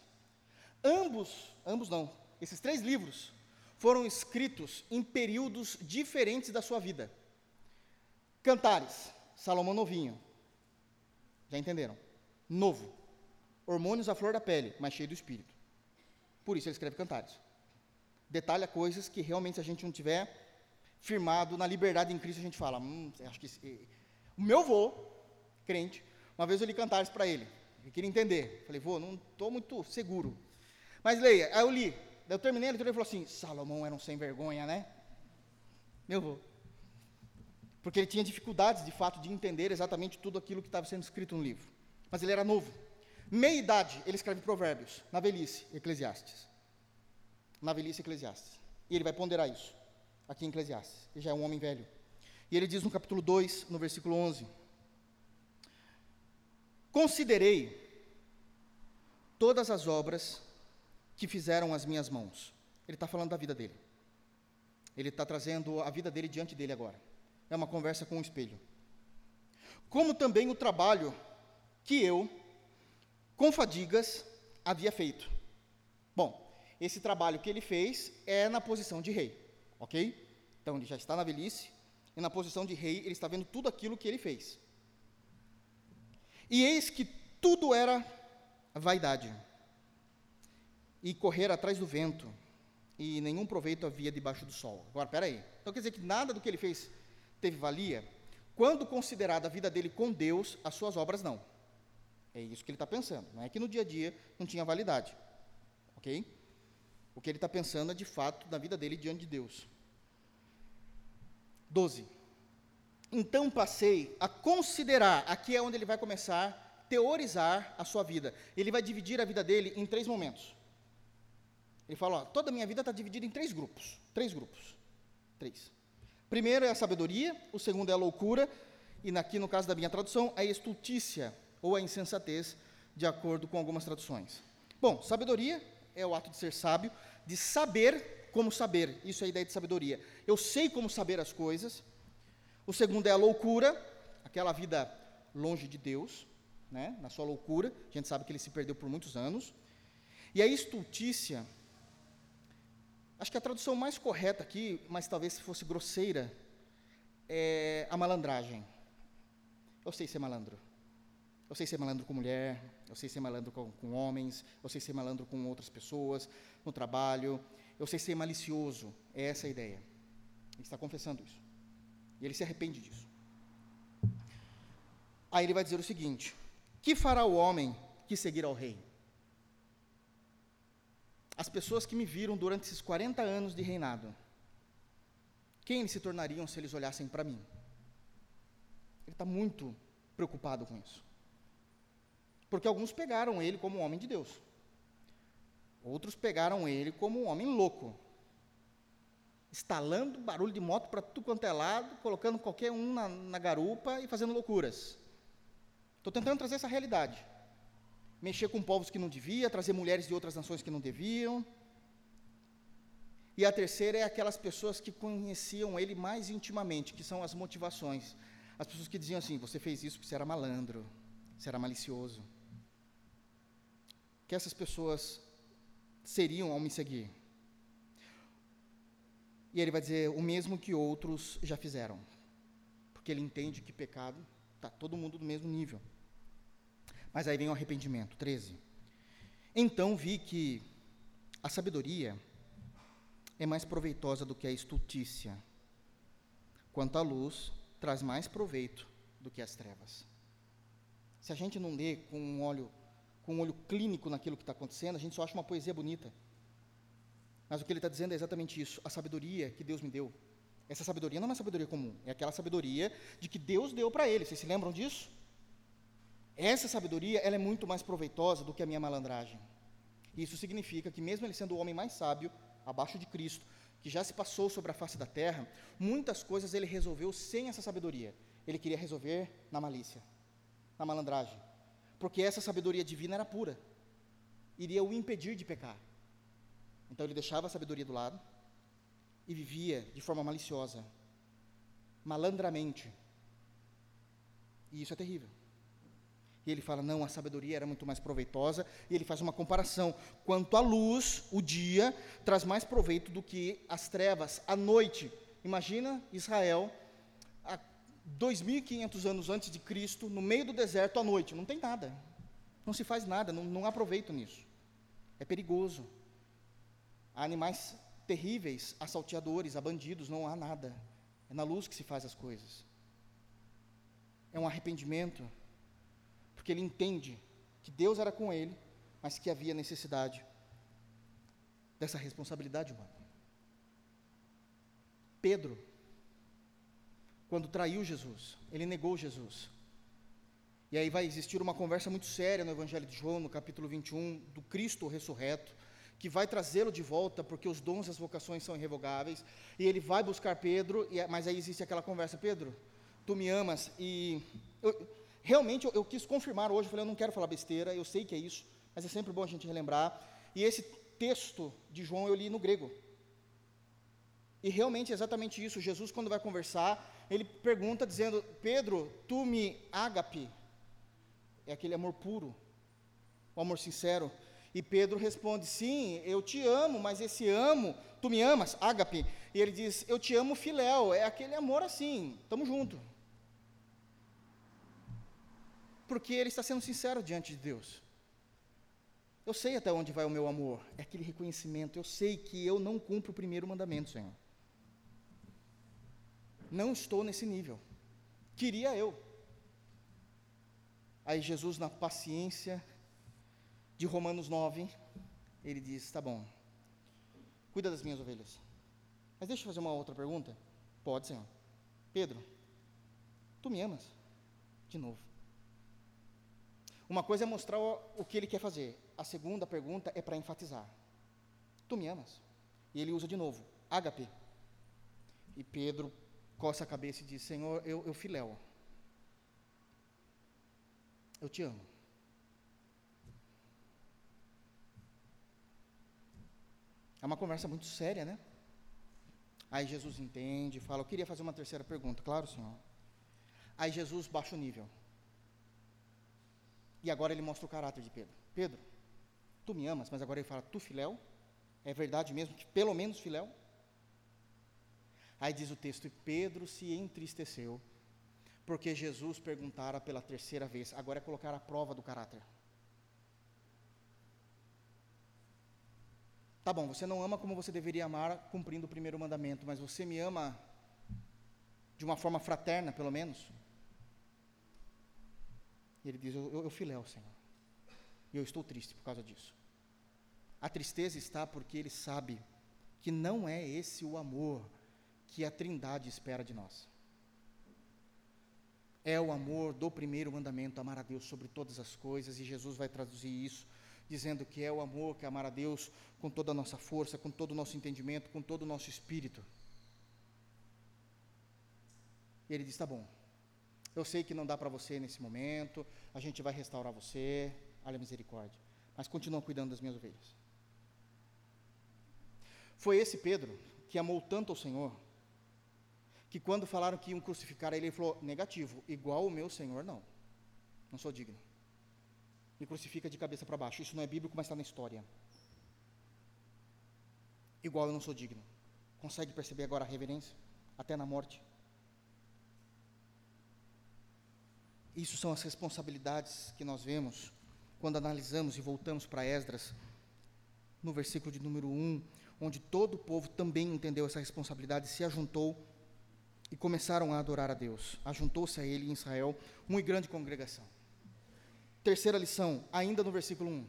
[SPEAKER 1] Esses 3 livros foram escritos em períodos diferentes da sua vida. Cantares, Salomão novinho, já entenderam? Novo, hormônios à flor da pele, mas cheio do Espírito. Por isso ele escreve Cantares. detalha coisas que realmente, se a gente não tiver firmado na liberdade em Cristo, a gente fala, acho que o meu avô, crente, uma vez eu li Cantares para ele, eu queria entender, falei, vô, não estou muito seguro, mas leia, aí eu li, daí eu terminei a leitura e ele falou assim, Salomão era um sem vergonha, né? Meu avô. Porque ele tinha dificuldades, de fato, de entender exatamente tudo aquilo que estava sendo escrito no livro. Mas ele era novo. Meia idade, ele escreve Provérbios. Na velhice, Eclesiastes. Na velhice, Eclesiastes. E ele vai ponderar isso, aqui em Eclesiastes. Ele já é um homem velho. E ele diz no capítulo 2, no versículo 11. Considerei todas as obras que fizeram as minhas mãos. Ele está falando da vida dele. Ele está trazendo a vida dele diante dele agora. É uma conversa com o espelho. Como também o trabalho que eu, com fadigas, havia feito. Bom, esse trabalho que ele fez é na posição de rei, ok? Então, ele já está na velhice, e na posição de rei, ele está vendo tudo aquilo que ele fez. E eis que tudo era vaidade, e correr atrás do vento, e nenhum proveito havia debaixo do sol. Agora, peraí. Então, quer dizer que nada do que ele fez teve valia? Quando considerada a vida dele com Deus, as suas obras não. É isso que ele está pensando. Não é que no dia a dia não tinha validade. Ok? O que ele está pensando é, de fato, na vida dele diante de Deus. 12. Então passei a considerar, aqui é onde ele vai começar a teorizar a sua vida. Ele vai dividir a vida dele em 3 momentos. Ele fala, ó, toda a minha vida está dividida em 3 grupos. 3 grupos. 3. Primeiro é a sabedoria, o segundo é a loucura, e aqui no caso da minha tradução, a estultícia, ou a insensatez, de acordo com algumas traduções. Bom, sabedoria é o ato de ser sábio, de saber como saber, isso é a ideia de sabedoria. Eu sei como saber as coisas. O segundo é a loucura, aquela vida longe de Deus, né, na sua loucura, a gente sabe que ele se perdeu por muitos anos. E a estultícia, acho que a tradução mais correta aqui, mas talvez se fosse grosseira, é a malandragem. Eu sei ser malandro. Eu sei ser malandro com mulher, eu sei ser malandro com homens, eu sei ser malandro com outras pessoas, no trabalho, eu sei ser malicioso. É essa a ideia. Ele está confessando isso. E ele se arrepende disso. Aí ele vai dizer o seguinte: que fará o homem que seguir ao rei? As pessoas que me viram durante esses 40 anos de reinado, quem eles se tornariam se eles olhassem para mim? Ele está muito preocupado com isso. Porque alguns pegaram ele como um homem de Deus. Outros pegaram ele como um homem louco. Estalando barulho de moto para tudo quanto é lado, colocando qualquer um na garupa e fazendo loucuras. Estou tentando trazer essa realidade. Mexer com povos que não devia, trazer mulheres de outras nações que não deviam. E a terceira é aquelas pessoas que conheciam ele mais intimamente, que são as motivações. As pessoas que diziam assim, você fez isso porque você era malandro, você era malicioso. Que essas pessoas seriam ao me seguir. E ele vai dizer o mesmo que outros já fizeram. Porque ele entende que pecado está todo mundo do mesmo nível. Mas aí vem o arrependimento, 13. Então vi que a sabedoria é mais proveitosa do que a estultícia, quanto a luz traz mais proveito do que as trevas. Se a gente não lê com um olho clínico naquilo que está acontecendo, a gente só acha uma poesia bonita. Mas o que ele está dizendo é exatamente isso, a sabedoria que Deus me deu. Essa sabedoria não é uma sabedoria comum, é aquela sabedoria de que Deus deu para ele. Vocês se lembram disso? Essa sabedoria, ela é muito mais proveitosa do que a minha malandragem. Isso significa que mesmo ele sendo o homem mais sábio, abaixo de Cristo, que já se passou sobre a face da terra, muitas coisas ele resolveu sem essa sabedoria. Ele queria resolver na malícia, na malandragem. Porque essa sabedoria divina era pura. Iria o impedir de pecar. Então ele deixava a sabedoria do lado e vivia de forma maliciosa, malandramente. E isso é terrível. E ele fala, não, a sabedoria era muito mais proveitosa, e ele faz uma comparação. Quanto à luz, o dia, traz mais proveito do que as trevas, a noite. Imagina Israel, há 2.500 anos antes de Cristo, no meio do deserto, à noite, não tem nada. Não se faz nada, não há proveito nisso. É perigoso. Há animais terríveis, a salteadores, a bandidos, não há nada. É na luz que se faz as coisas. É um arrependimento, porque ele entende que Deus era com ele, mas que havia necessidade dessa responsabilidade humana. Pedro, quando traiu Jesus, ele negou Jesus. E aí vai existir uma conversa muito séria no Evangelho de João, no capítulo 21, do Cristo ressurreto, que vai trazê-lo de volta, porque os dons e as vocações são irrevogáveis, e ele vai buscar Pedro, mas aí existe aquela conversa: Pedro, tu me amas? E realmente eu quis confirmar hoje, eu falei, eu não quero falar besteira, eu sei que é isso, mas é sempre bom a gente relembrar. E esse texto de João eu li no grego, e realmente é exatamente isso. Jesus, quando vai conversar, ele pergunta dizendo: Pedro, tu me ágape? É aquele amor puro, o amor sincero. E Pedro responde: sim, eu te amo, mas esse amo, tu me amas, ágape? E ele diz: eu te amo, filéu, é aquele amor assim, estamos juntos. Porque ele está sendo sincero diante de Deus. Eu sei até onde vai o meu amor, é aquele reconhecimento. Eu sei que eu não cumpro o primeiro mandamento, Senhor. Não estou nesse nível. Queria eu. Aí Jesus, na paciência de Romanos 9, ele diz: tá bom, cuida das minhas ovelhas. Mas deixa eu fazer uma outra pergunta. Pode, Senhor. Pedro, tu me amas? De novo. Uma coisa é mostrar o que ele quer fazer. A segunda pergunta é para enfatizar. Tu me amas? E ele usa de novo, ágape. E Pedro coça a cabeça e diz: Senhor, eu filéu. Eu te amo. É uma conversa muito séria, né? Aí Jesus entende, fala: eu queria fazer uma terceira pergunta. Claro, Senhor. Aí Jesus baixa o nível. E agora ele mostra o caráter de Pedro. Pedro, tu me amas? Mas agora ele fala: tu filéu? É verdade mesmo que pelo menos filéu? Aí diz o texto: e Pedro se entristeceu, porque Jesus perguntara pela terceira vez. Agora é colocar a prova do caráter. Tá bom, você não ama como você deveria amar cumprindo o primeiro mandamento, mas você me ama de uma forma fraterna, pelo menos? E ele diz: eu filéu, Senhor. E eu estou triste por causa disso. A tristeza está porque ele sabe que não é esse o amor que a Trindade espera de nós. É o amor do primeiro mandamento, amar a Deus sobre todas as coisas, e Jesus vai traduzir isso, dizendo que é o amor que é amar a Deus com toda a nossa força, com todo o nosso entendimento, com todo o nosso espírito. E ele diz: tá bom, eu sei que não dá para você nesse momento, a gente vai restaurar você, olha a misericórdia, mas continua cuidando das minhas ovelhas. Foi esse Pedro que amou tanto ao Senhor, que quando falaram que iam crucificar ele falou: negativo, igual o meu Senhor não sou digno. Me crucifica de cabeça para baixo. Isso não é bíblico, mas está na história. Igual eu não sou digno. Consegue perceber agora a reverência? Até na morte. Isso são as responsabilidades que nós vemos quando analisamos e voltamos para Esdras, no versículo de número 1, onde todo o povo também entendeu essa responsabilidade, se ajuntou e começaram a adorar a Deus. Ajuntou-se a ele em Israel uma grande congregação. Terceira lição, ainda no versículo 1.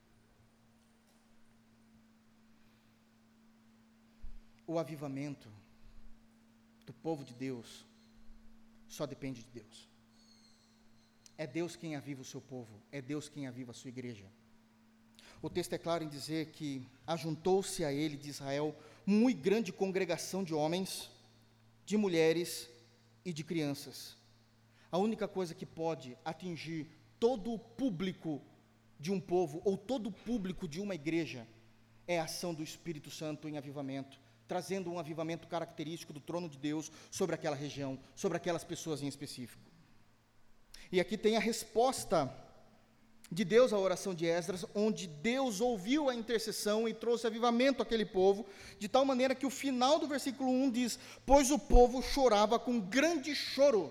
[SPEAKER 1] O avivamento do povo de Deus só depende de Deus. É Deus quem aviva o seu povo, é Deus quem aviva a sua igreja. O texto é claro em dizer que ajuntou-se a ele de Israel muito grande congregação de homens, de mulheres e de crianças. A única coisa que pode atingir todo o público de um povo, ou todo o público de uma igreja, é a ação do Espírito Santo em avivamento, trazendo um avivamento característico do trono de Deus sobre aquela região, sobre aquelas pessoas em específico. E aqui tem a resposta de Deus à oração de Esdras, onde Deus ouviu a intercessão e trouxe avivamento àquele povo, de tal maneira que o final do versículo 1 diz: pois o povo chorava com grande choro.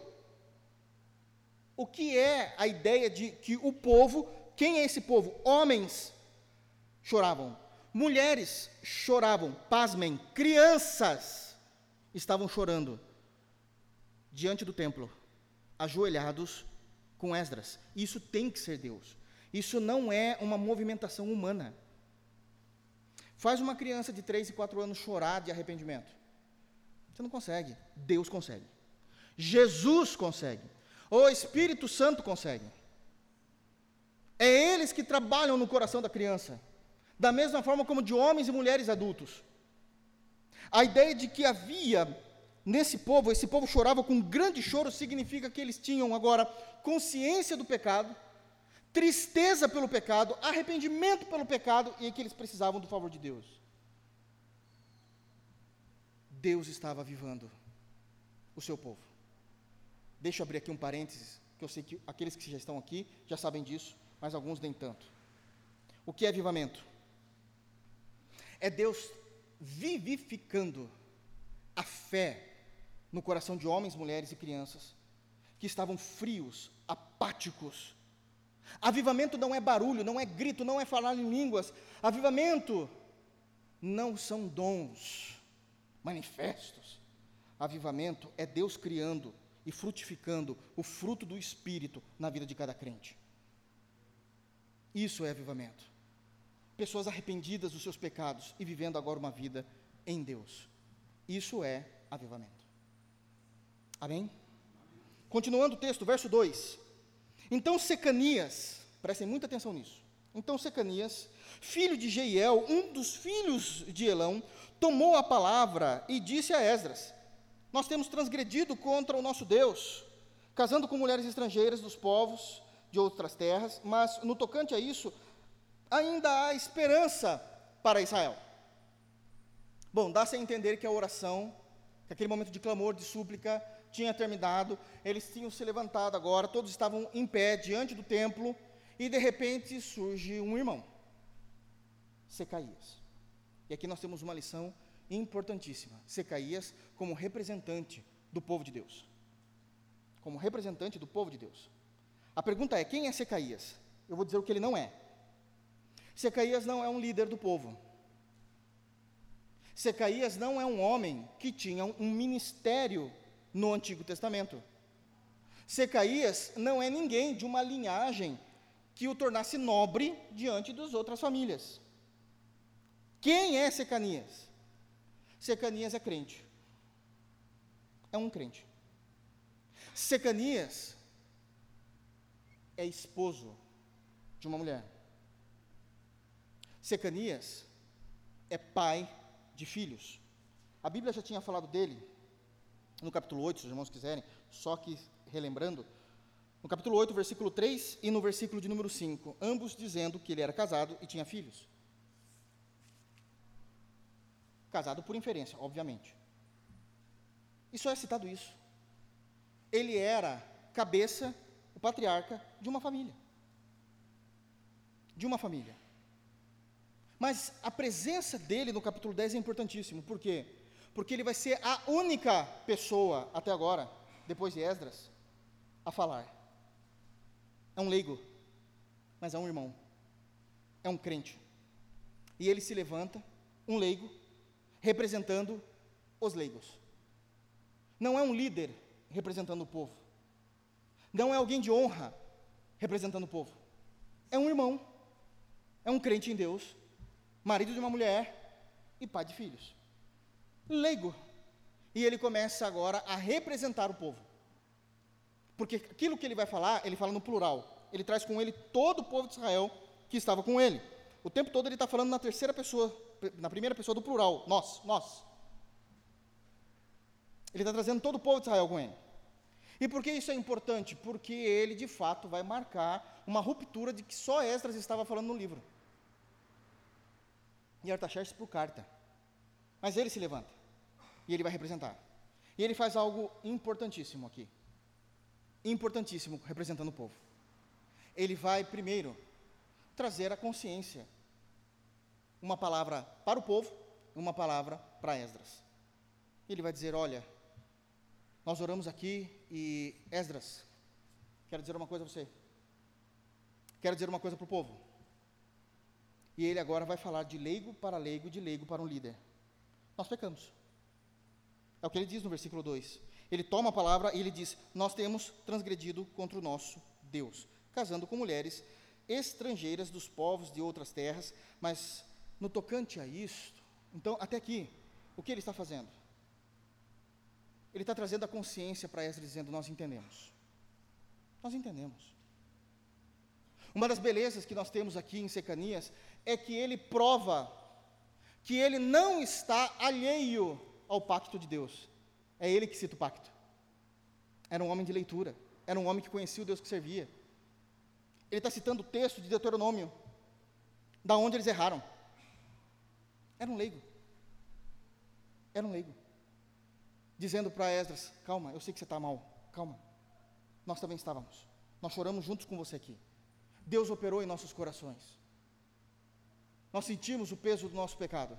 [SPEAKER 1] O que é a ideia de que o povo, quem é esse povo? Homens choravam. mulheres choravam, pasmem, crianças estavam chorando diante do templo, ajoelhados com Esdras. Isso tem que ser Deus. Isso não é uma movimentação humana. Faz uma criança de 3 e 4 anos chorar de arrependimento. Você não consegue. Deus consegue. Jesus consegue. O Espírito Santo consegue. É eles que trabalham no coração da criança, da mesma forma como de homens e mulheres adultos. A ideia de que havia nesse povo, esse povo chorava com grande choro, significa que eles tinham agora consciência do pecado, tristeza pelo pecado, arrependimento pelo pecado, e que eles precisavam do favor de Deus. Deus estava avivando o seu povo. Deixa eu abrir aqui um parênteses, que eu sei que aqueles que já estão aqui já sabem disso, mas alguns nem tanto. O que é avivamento? É Deus vivificando a fé no coração de homens, mulheres e crianças que estavam frios, apáticos. Avivamento não é barulho, não é grito, não é falar em línguas. Avivamento não são dons, manifestos. Avivamento é Deus criando e frutificando o fruto do Espírito na vida de cada crente. Isso é avivamento. Pessoas arrependidas dos seus pecados e vivendo agora uma vida em Deus. Isso é avivamento. Amém? Continuando o texto, verso 2. Então Secanias, prestem muita atenção nisso. Então Secanias, filho de Jeiel, um dos filhos de Elão, tomou a palavra e disse a Esdras: nós temos transgredido contra o nosso Deus, casando com mulheres estrangeiras dos povos de outras terras, mas no tocante a isso, ainda há esperança para Israel. Bom, dá-se a entender que a oração, que aquele momento de clamor, de súplica, tinha terminado, eles tinham se levantado agora, todos estavam em pé diante do templo, e de repente surge um irmão, Secaías. E aqui nós temos uma lição importantíssima. Secaías como representante do povo de Deus. Como representante do povo de Deus. A pergunta é, quem é Secaías? Eu vou dizer o que ele não é. Secaías não é um líder do povo. Secaías não é um homem que tinha um ministério no Antigo Testamento. Secaías não é ninguém de uma linhagem que o tornasse nobre diante das outras famílias. Quem é Secanias? Secanias é crente. É um crente. Secanias é esposo de uma mulher. Secanias é pai de filhos. A Bíblia já tinha falado dele no capítulo 8, se os irmãos quiserem, só que relembrando, no capítulo 8, versículo 3 e no versículo de número 5, ambos dizendo que ele era casado e tinha filhos. Casado por inferência, obviamente. E só é citado isso. Ele era cabeça, o patriarca de uma família. De uma família. Mas a presença dele no capítulo 10 é importantíssimo. Por quê? Porque ele vai ser a única pessoa, até agora, depois de Esdras, a falar. É um leigo, mas é um irmão. É um crente. E ele se levanta, um leigo, representando os leigos. Não é um líder representando o povo. Não é alguém de honra representando o povo. É um irmão. É um crente em Deus, marido de uma mulher e pai de filhos. Leigo. E ele começa agora a representar o povo. Porque aquilo que ele vai falar, ele fala no plural. Ele traz com ele todo o povo de Israel que estava com ele. O tempo todo ele está falando na terceira pessoa, na primeira pessoa do plural, nós. Ele está trazendo todo o povo de Israel com ele. E por que isso é importante? Porque ele, de fato, vai marcar uma ruptura de que só Esdras estava falando no livro. E Artaxerxes por carta. Mas ele se levanta. E ele vai representar. E ele faz algo importantíssimo aqui. Importantíssimo, representando o povo. Ele vai, primeiro, trazer a consciência. Uma palavra para o povo, uma palavra para Esdras. Ele vai dizer, olha, nós oramos aqui e Esdras, quero dizer uma coisa a você. Quero dizer uma coisa para o povo. E ele agora vai falar de leigo para leigo, de leigo para um líder. Nós pecamos. É o que ele diz no versículo 2. Ele toma a palavra e ele diz: nós temos transgredido contra o nosso Deus, casando com mulheres estrangeiras dos povos de outras terras. Mas no tocante a isto, então até aqui, o que ele está fazendo? Ele está trazendo a consciência para Esdras, dizendo: nós entendemos. Nós entendemos. Uma das belezas que nós temos aqui em Secanias é que ele prova que ele não está alheio ao pacto de Deus. É ele que cita o pacto. Era um homem de leitura, era um homem que conhecia o Deus que servia. Ele está citando o texto de Deuteronômio, da onde eles erraram. Era um leigo. Era um leigo. Dizendo para Esdras: calma, eu sei que você está mal, calma. Nós também estávamos. Nós choramos juntos com você aqui. Deus operou em nossos corações. Nós sentimos o peso do nosso pecado.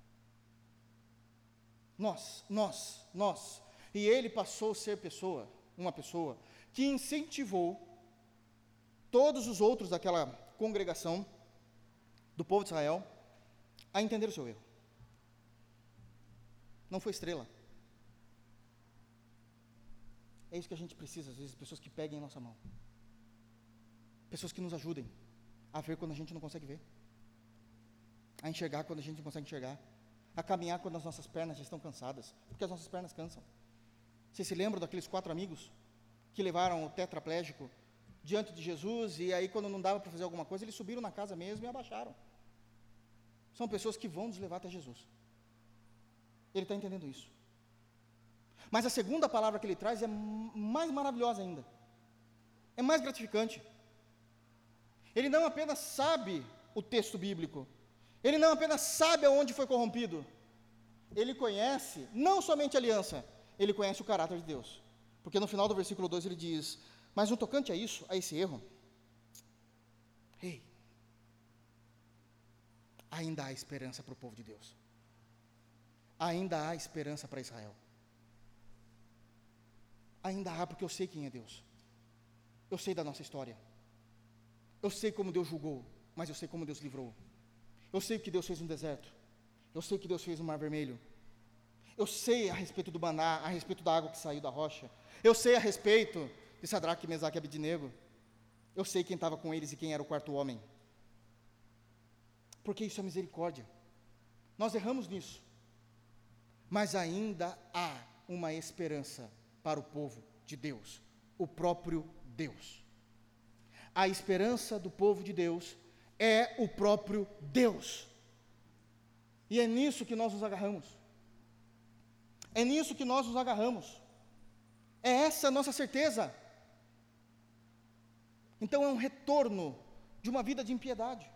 [SPEAKER 1] Nós. E ele passou a ser uma pessoa que incentivou todos os outros daquela congregação do povo de Israel a entender o seu erro. Não foi estrela. É isso que a gente precisa, às vezes, pessoas que peguem em nossa mão. Pessoas que nos ajudem a ver quando a gente não consegue ver. A enxergar quando a gente não consegue enxergar. A caminhar quando as nossas pernas já estão cansadas, porque as nossas pernas cansam. Vocês se lembram daqueles 4 amigos que levaram o tetraplégico diante de Jesus, e aí quando não dava para fazer alguma coisa, eles subiram na casa mesmo e abaixaram. São pessoas que vão nos levar até Jesus. Ele está entendendo isso. Mas a segunda palavra que ele traz é mais maravilhosa ainda. É mais gratificante. Ele não apenas sabe o texto bíblico, ele não apenas sabe aonde foi corrompido, ele conhece não somente a aliança, ele conhece o caráter de Deus. Porque no final do versículo 2 ele diz: mas no tocante a isso, a esse erro, ainda há esperança para o povo de Deus. Ainda há esperança para Israel. Ainda há, porque eu sei quem é Deus. Eu sei da nossa história. Eu sei como Deus julgou, mas eu sei como Deus livrou. Eu sei o que Deus fez no deserto. Eu sei o que Deus fez no Mar Vermelho. Eu sei a respeito do maná, a respeito da água que saiu da rocha. Eu sei a respeito de Sadraque, Mesaque e Abednego. Eu sei quem estava com eles e quem era o 4º homem. Porque isso é misericórdia. Nós erramos nisso. Mas ainda há uma esperança para o povo de Deus, o próprio Deus. A esperança do povo de Deus é o próprio Deus. E é nisso que nós nos agarramos. É nisso que nós nos agarramos. É essa a nossa certeza. Então é um retorno de uma vida de impiedade.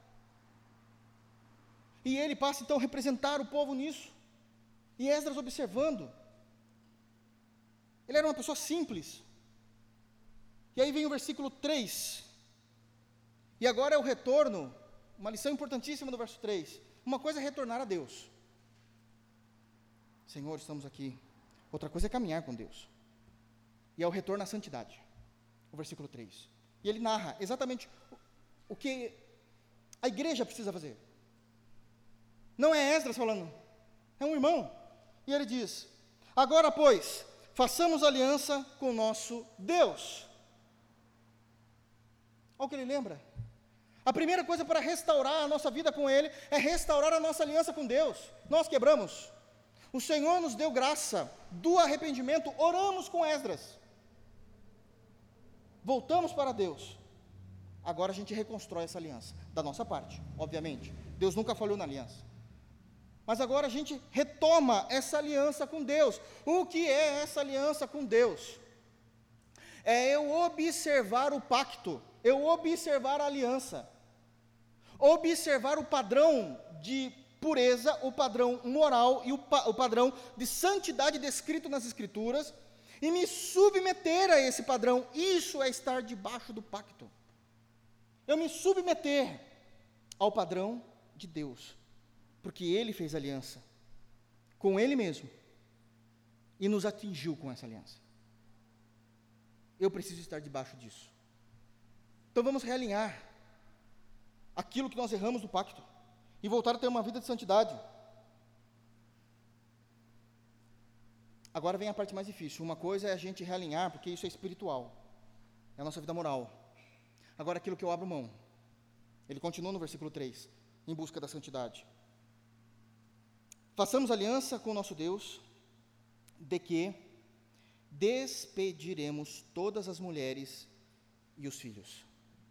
[SPEAKER 1] E ele passa então a representar o povo nisso. E Esdras observando. Ele era uma pessoa simples. E aí vem o versículo 3. E agora é o retorno, uma lição importantíssima do verso 3. Uma coisa é retornar a Deus. Senhor, estamos aqui. Outra coisa é caminhar com Deus. E é o retorno à santidade. O versículo 3. E ele narra exatamente o que a igreja precisa fazer. Não é Esdras falando, é um irmão. E ele diz: agora, pois, façamos aliança com o nosso Deus. Olha o que ele lembra. A primeira coisa para restaurar a nossa vida com Ele é restaurar a nossa aliança com Deus. Nós quebramos. O Senhor nos deu graça do arrependimento. Oramos com Esdras. Voltamos para Deus. Agora a gente reconstrói essa aliança. Da nossa parte, obviamente. Deus nunca falhou na aliança. Mas agora a gente retoma essa aliança com Deus. O que é essa aliança com Deus? É eu observar o pacto. Eu observar a aliança. Observar o padrão de pureza, o padrão moral e o padrão de santidade descrito nas Escrituras, e me submeter a esse padrão. Isso é estar debaixo do pacto. Eu me submeter ao padrão de Deus, porque Ele fez aliança com Ele mesmo e nos atingiu com essa aliança. Eu preciso estar debaixo disso. Então vamos realinhar aquilo que nós erramos do pacto. e voltar a ter uma vida de santidade. Agora vem a parte mais difícil. Uma coisa é a gente realinhar, porque isso é espiritual, é a nossa vida moral. Agora aquilo que eu abro mão. Ele continua no versículo 3, em busca da santidade. Façamos aliança com o nosso Deus, de que despediremos todas as mulheres e os filhos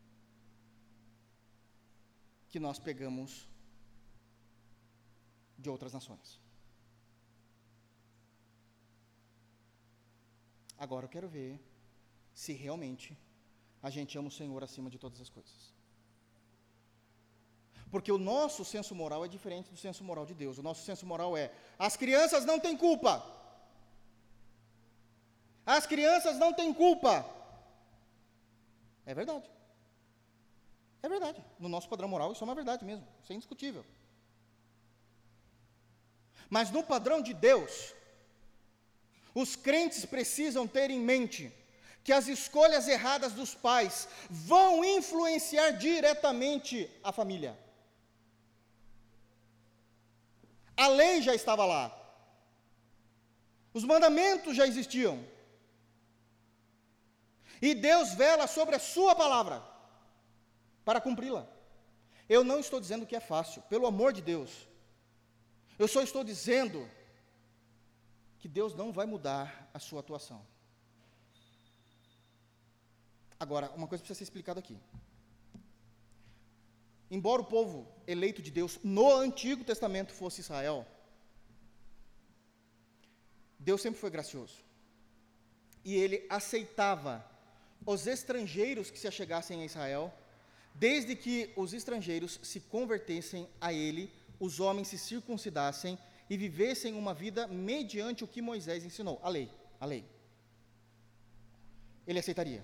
[SPEAKER 1] que nós pegamos de outras nações. Agora eu quero ver se realmente a gente ama o Senhor acima de todas as coisas. Porque o nosso senso moral é diferente do senso moral de Deus. O nosso senso moral é: as crianças não têm culpa. As crianças não têm culpa. É verdade. É verdade. No nosso padrão moral, isso é uma verdade mesmo. Isso é indiscutível. Mas no padrão de Deus, os crentes precisam ter em mente que as escolhas erradas dos pais vão influenciar diretamente a família. A lei já estava lá. Os mandamentos já existiam. E Deus vela sobre a sua palavra para cumpri-la. Eu não estou dizendo que é fácil, pelo amor de Deus. Eu só estou dizendo que Deus não vai mudar a sua atuação. Agora, uma coisa precisa ser explicada aqui. Embora o povo eleito de Deus no Antigo Testamento fosse Israel, Deus sempre foi gracioso. E Ele aceitava os estrangeiros que se achegassem a Israel, desde que os estrangeiros se convertessem a Ele, os homens se circuncidassem e vivessem uma vida mediante o que Moisés ensinou, a lei. Ele aceitaria.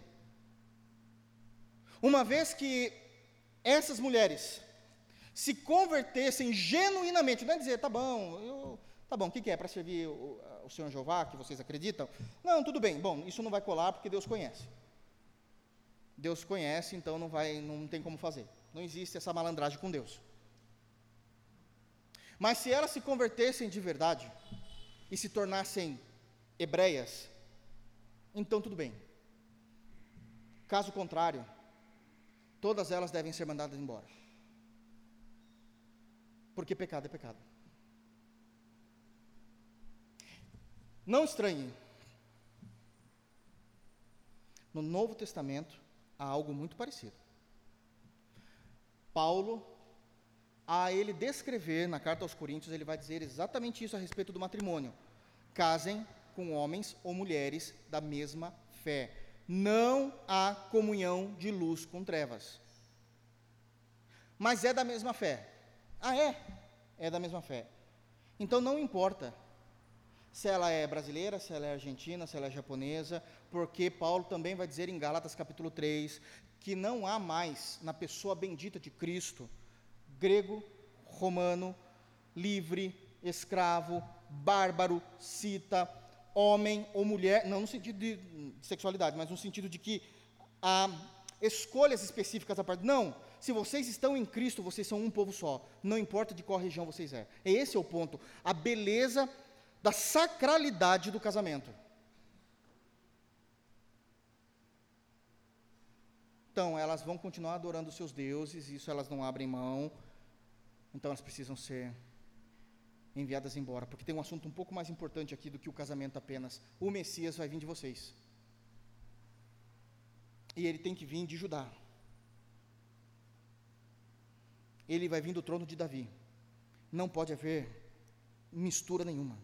[SPEAKER 1] Uma vez que essas mulheres se convertessem genuinamente, não é dizer, tá bom, o que é, para servir o Senhor Jeová, que vocês acreditam? Não, tudo bem, bom, isso não vai colar porque Deus conhece. Deus conhece, então não tem como fazer. Não existe essa malandragem com Deus. Mas se elas se convertessem de verdade e se tornassem hebreias, então tudo bem. Caso contrário, todas elas devem ser mandadas embora. Porque pecado é pecado. Não estranhe. No Novo Testamento há algo muito parecido. Paulo, a ele descrever na carta aos Coríntios, ele vai dizer exatamente isso a respeito do matrimônio. Casem com homens ou mulheres da mesma fé. Não há comunhão de luz com trevas. Mas é da mesma fé. Ah, é? É da mesma fé. Então não importa se ela é brasileira, se ela é argentina, se ela é japonesa, porque Paulo também vai dizer em Gálatas capítulo 3, que não há mais na pessoa bendita de Cristo, grego, romano, livre, escravo, bárbaro, cita, homem ou mulher, não no sentido de sexualidade, mas no sentido de que há escolhas específicas a parte. Não, se vocês estão em Cristo, vocês são um povo só, não importa de qual região vocês é. Esse é o ponto, a beleza da sacralidade do casamento. Então, elas vão continuar adorando os seus deuses, isso elas não abrem mão, então elas precisam ser enviadas embora, porque tem um assunto um pouco mais importante aqui do que o casamento apenas. O Messias vai vir de vocês. E ele tem que vir de Judá. Ele vai vir do trono de Davi. Não pode haver mistura nenhuma.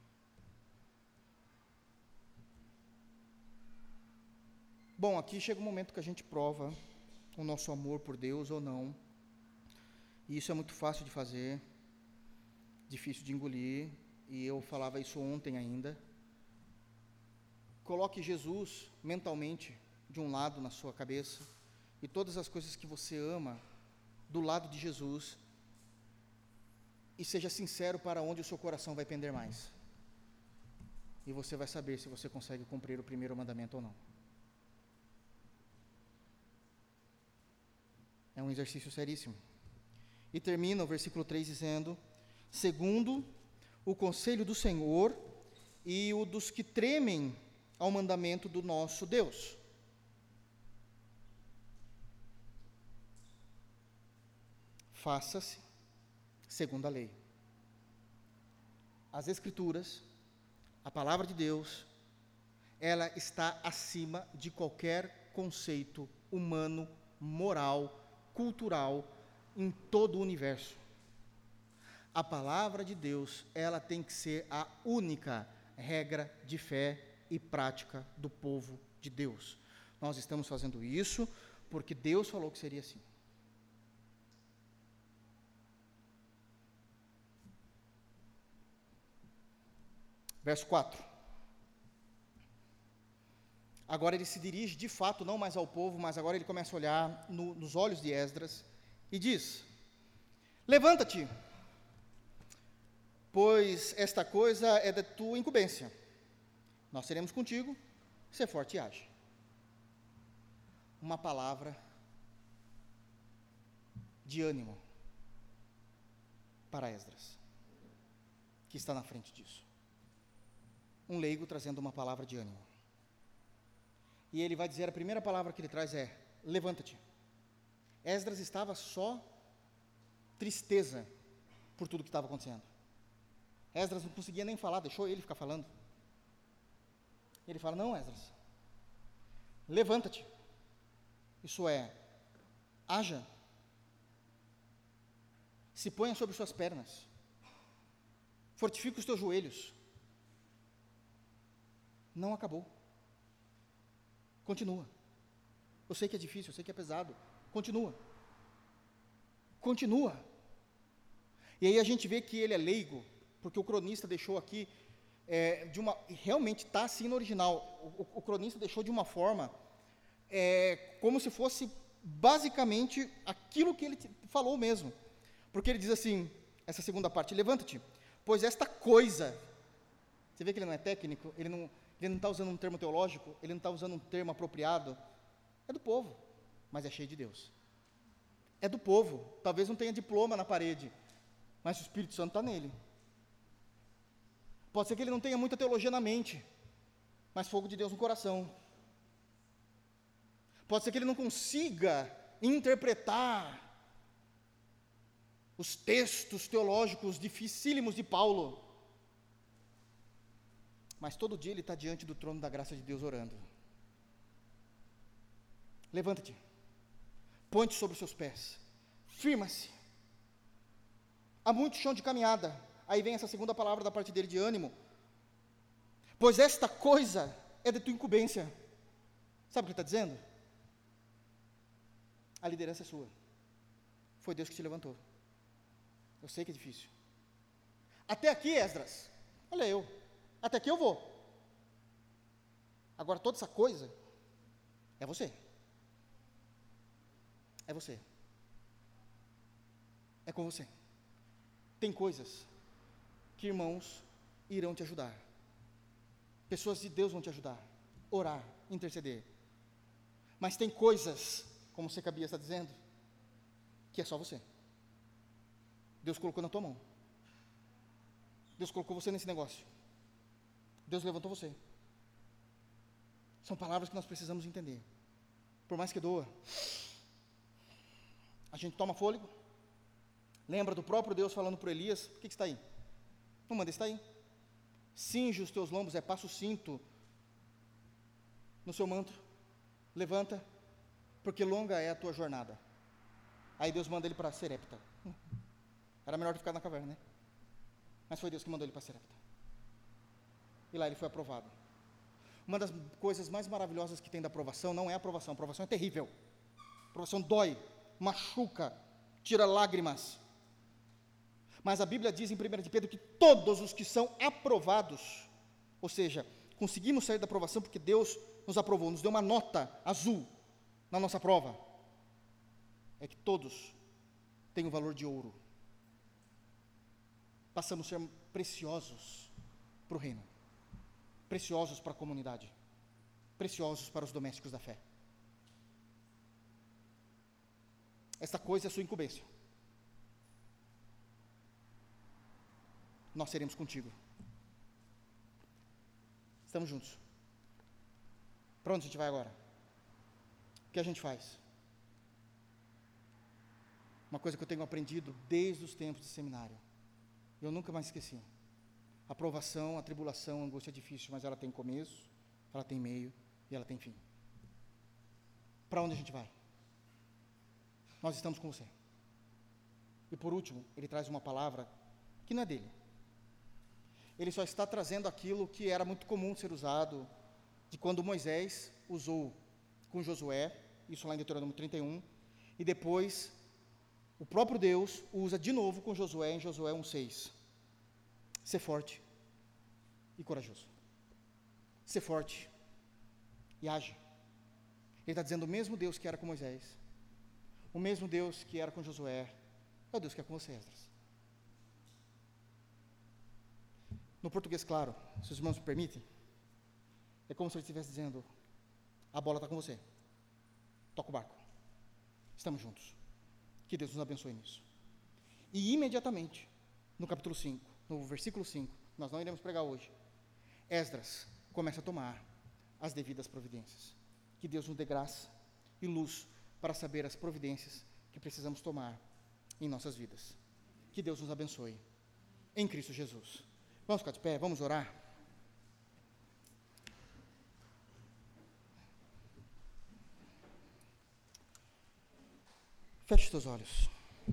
[SPEAKER 1] Bom, aqui chega um momento que a gente prova o nosso amor por Deus ou não. E isso é muito fácil de fazer, difícil de engolir, e eu falava isso ontem ainda. Coloque Jesus mentalmente de um lado na sua cabeça, e todas as coisas que você ama do lado de Jesus, e seja sincero para onde o seu coração vai pender mais. E você vai saber se você consegue cumprir o primeiro mandamento ou não. É um exercício seríssimo. E termina o versículo 3 dizendo: segundo o conselho do Senhor e o dos que tremem ao mandamento do nosso Deus. Faça-se segundo a lei. As Escrituras, a palavra de Deus, ela está acima de qualquer conceito humano, moral, cultural, em todo o universo. A palavra de Deus, ela tem que ser a única regra de fé e prática do povo de Deus. Nós estamos fazendo isso porque Deus falou que seria assim. Verso 4. Agora ele se dirige de fato não mais ao povo, mas agora ele começa a olhar nos olhos de Esdras e diz: levanta-te, pois esta coisa é da tua incumbência. Nós seremos contigo, ser forte e age. Uma palavra de ânimo para Esdras, que está na frente disso. Um leigo trazendo uma palavra de ânimo. E ele vai dizer, a primeira palavra que ele traz é: levanta-te. Esdras estava só tristeza por tudo que estava acontecendo. Esdras não conseguia nem falar, deixou ele ficar falando. Ele fala: não, Esdras, levanta-te. Isso é, haja. Se ponha sobre suas pernas. Fortifique os teus joelhos. Não acabou. Continua. Eu sei que é difícil, eu sei que é pesado. Continua. Continua. E aí a gente vê que ele é leigo, porque o cronista deixou aqui, realmente está assim no original, o cronista deixou de uma forma, como se fosse basicamente aquilo que ele falou mesmo. Porque ele diz assim, essa segunda parte: levanta-te, pois esta coisa, você vê que ele não é técnico, ele não está usando um termo teológico, ele não está usando um termo apropriado, é do povo, mas é cheio de Deus. É do povo, talvez não tenha diploma na parede, mas o Espírito Santo está nele. Pode ser que ele não tenha muita teologia na mente, mas fogo de Deus no coração. Pode ser que ele não consiga interpretar os textos teológicos dificílimos de Paulo, mas todo dia ele está diante do trono da graça de Deus orando. Levanta-te, põe-te sobre os seus pés, firma-se. Há muito chão de caminhada. Aí vem essa segunda palavra da parte dele de ânimo. Pois esta coisa é de tua incumbência. Sabe o que ele está dizendo? A liderança é sua. Foi Deus que te levantou. Eu sei que é difícil. Até aqui, Esdras, olha eu. Até aqui eu vou. Agora toda essa coisa é você. É você. É com você. Tem coisas que irmãos irão te ajudar. Pessoas de Deus vão te ajudar. Orar, interceder. Mas tem coisas, como você cabia está dizendo, que é só você. Deus colocou na tua mão. Deus colocou você nesse negócio. Deus levantou você. São palavras que nós precisamos entender. Por mais que doa, a gente toma fôlego. Lembra do próprio Deus falando para Elias: por que está aí? Não manda estar aí. Cinge os teus lombos, passa o cinto no seu manto. Levanta, porque longa é a tua jornada. Aí Deus manda ele para Serepta. Era melhor ele ficar na caverna, né? Mas foi Deus que mandou ele para Serepta. E lá ele foi aprovado. Uma das coisas mais maravilhosas que tem da aprovação não é a aprovação é terrível. A aprovação dói, machuca, tira lágrimas. Mas a Bíblia diz em 1 de Pedro que todos os que são aprovados, ou seja, conseguimos sair da aprovação porque Deus nos aprovou, nos deu uma nota azul na nossa prova, é que todos têm o valor de ouro. Passamos a ser preciosos para o reino, preciosos para a comunidade, preciosos para os domésticos da fé. Esta coisa é a sua incumbência. nós seremos contigo. Estamos juntos. Para onde a gente vai agora? O que a gente faz? Uma coisa que eu tenho aprendido desde os tempos de seminário, eu nunca mais esqueci. A provação, a tribulação, a angústia é difícil, mas ela tem começo, ela tem meio e ela tem fim. Para onde a gente vai? Nós estamos com você. E por último, ele traz uma palavra que não é dele. Ele só está trazendo aquilo que era muito comum ser usado, de quando Moisés usou com Josué, isso lá em Deuteronômio 31, e depois o próprio Deus usa de novo com Josué em Josué 1,6. Ser forte e corajoso. Ser forte e age. Ele está dizendo: o mesmo Deus que era com Moisés, o mesmo Deus que era com Josué, é o Deus que é com você, Esdras. No português claro, se os irmãos me permitem, é como se ele estivesse dizendo: a bola está com você, toca o barco, estamos juntos, que Deus nos abençoe nisso. E imediatamente, no capítulo 5, no versículo 5, nós não iremos pregar hoje, Esdras começa a tomar as devidas providências. Que Deus nos dê graça e luz para saber as providências que precisamos tomar em nossas vidas. Que Deus nos abençoe, em Cristo Jesus. Vamos ficar de pé, vamos orar? Feche seus olhos.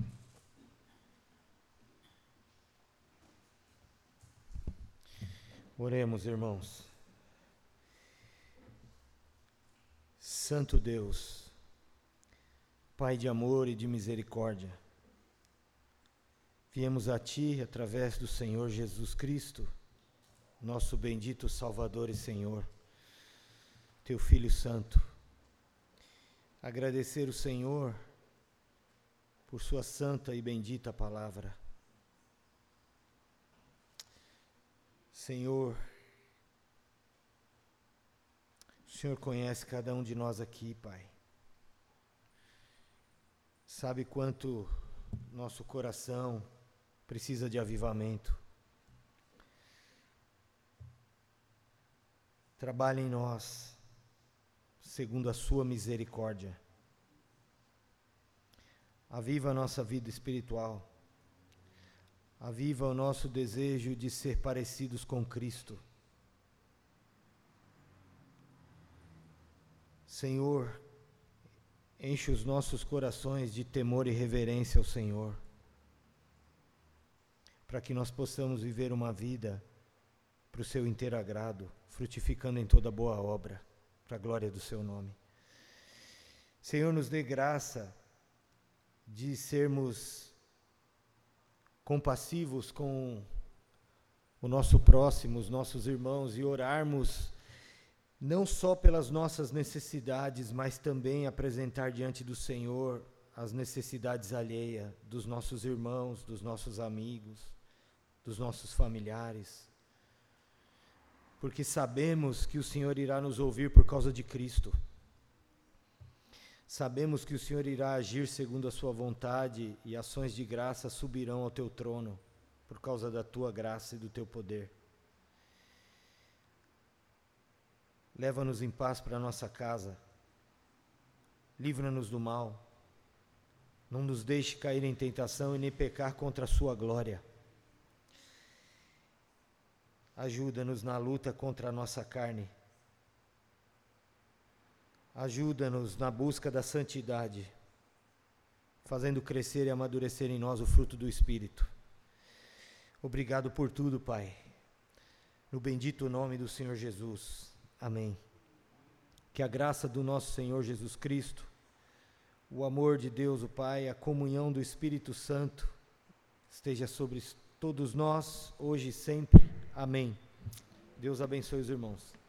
[SPEAKER 2] Oremos, irmãos. Santo Deus, Pai de amor e de misericórdia, viemos a Ti através do Senhor Jesus Cristo, nosso bendito Salvador e Senhor, Teu Filho Santo, agradecer o Senhor por Sua santa e bendita palavra. Senhor, o Senhor conhece cada um de nós aqui, Pai. Sabe quanto nosso coração precisa de avivamento. Trabalhe em nós, segundo a Sua misericórdia. Aviva a nossa vida espiritual. Aviva o nosso desejo de ser parecidos com Cristo. Senhor, enche os nossos corações de temor e reverência ao Senhor, para que nós possamos viver uma vida para o Seu inteiro agrado, frutificando em toda boa obra, para a glória do Seu nome. Senhor, nos dê graça de sermos compassivos com o nosso próximo, os nossos irmãos, e orarmos não só pelas nossas necessidades, mas também apresentar diante do Senhor as necessidades alheias dos nossos irmãos, dos nossos amigos, dos nossos familiares, porque sabemos que o Senhor irá nos ouvir por causa de Cristo. Sabemos que o Senhor irá agir segundo a Sua vontade, e ações de graça subirão ao Teu trono por causa da Tua graça e do Teu poder. Leva-nos em paz para a nossa casa, livra-nos do mal, não nos deixe cair em tentação e nem pecar contra a Sua glória. Ajuda-nos na luta contra a nossa carne. Ajuda-nos na busca da santidade, fazendo crescer e amadurecer em nós o fruto do Espírito. Obrigado por tudo, Pai. No bendito nome do Senhor Jesus. Amém. Que a graça do nosso Senhor Jesus Cristo, o amor de Deus o Pai, a comunhão do Espírito Santo, esteja sobre todos nós, hoje e sempre. Amém. Deus abençoe os irmãos.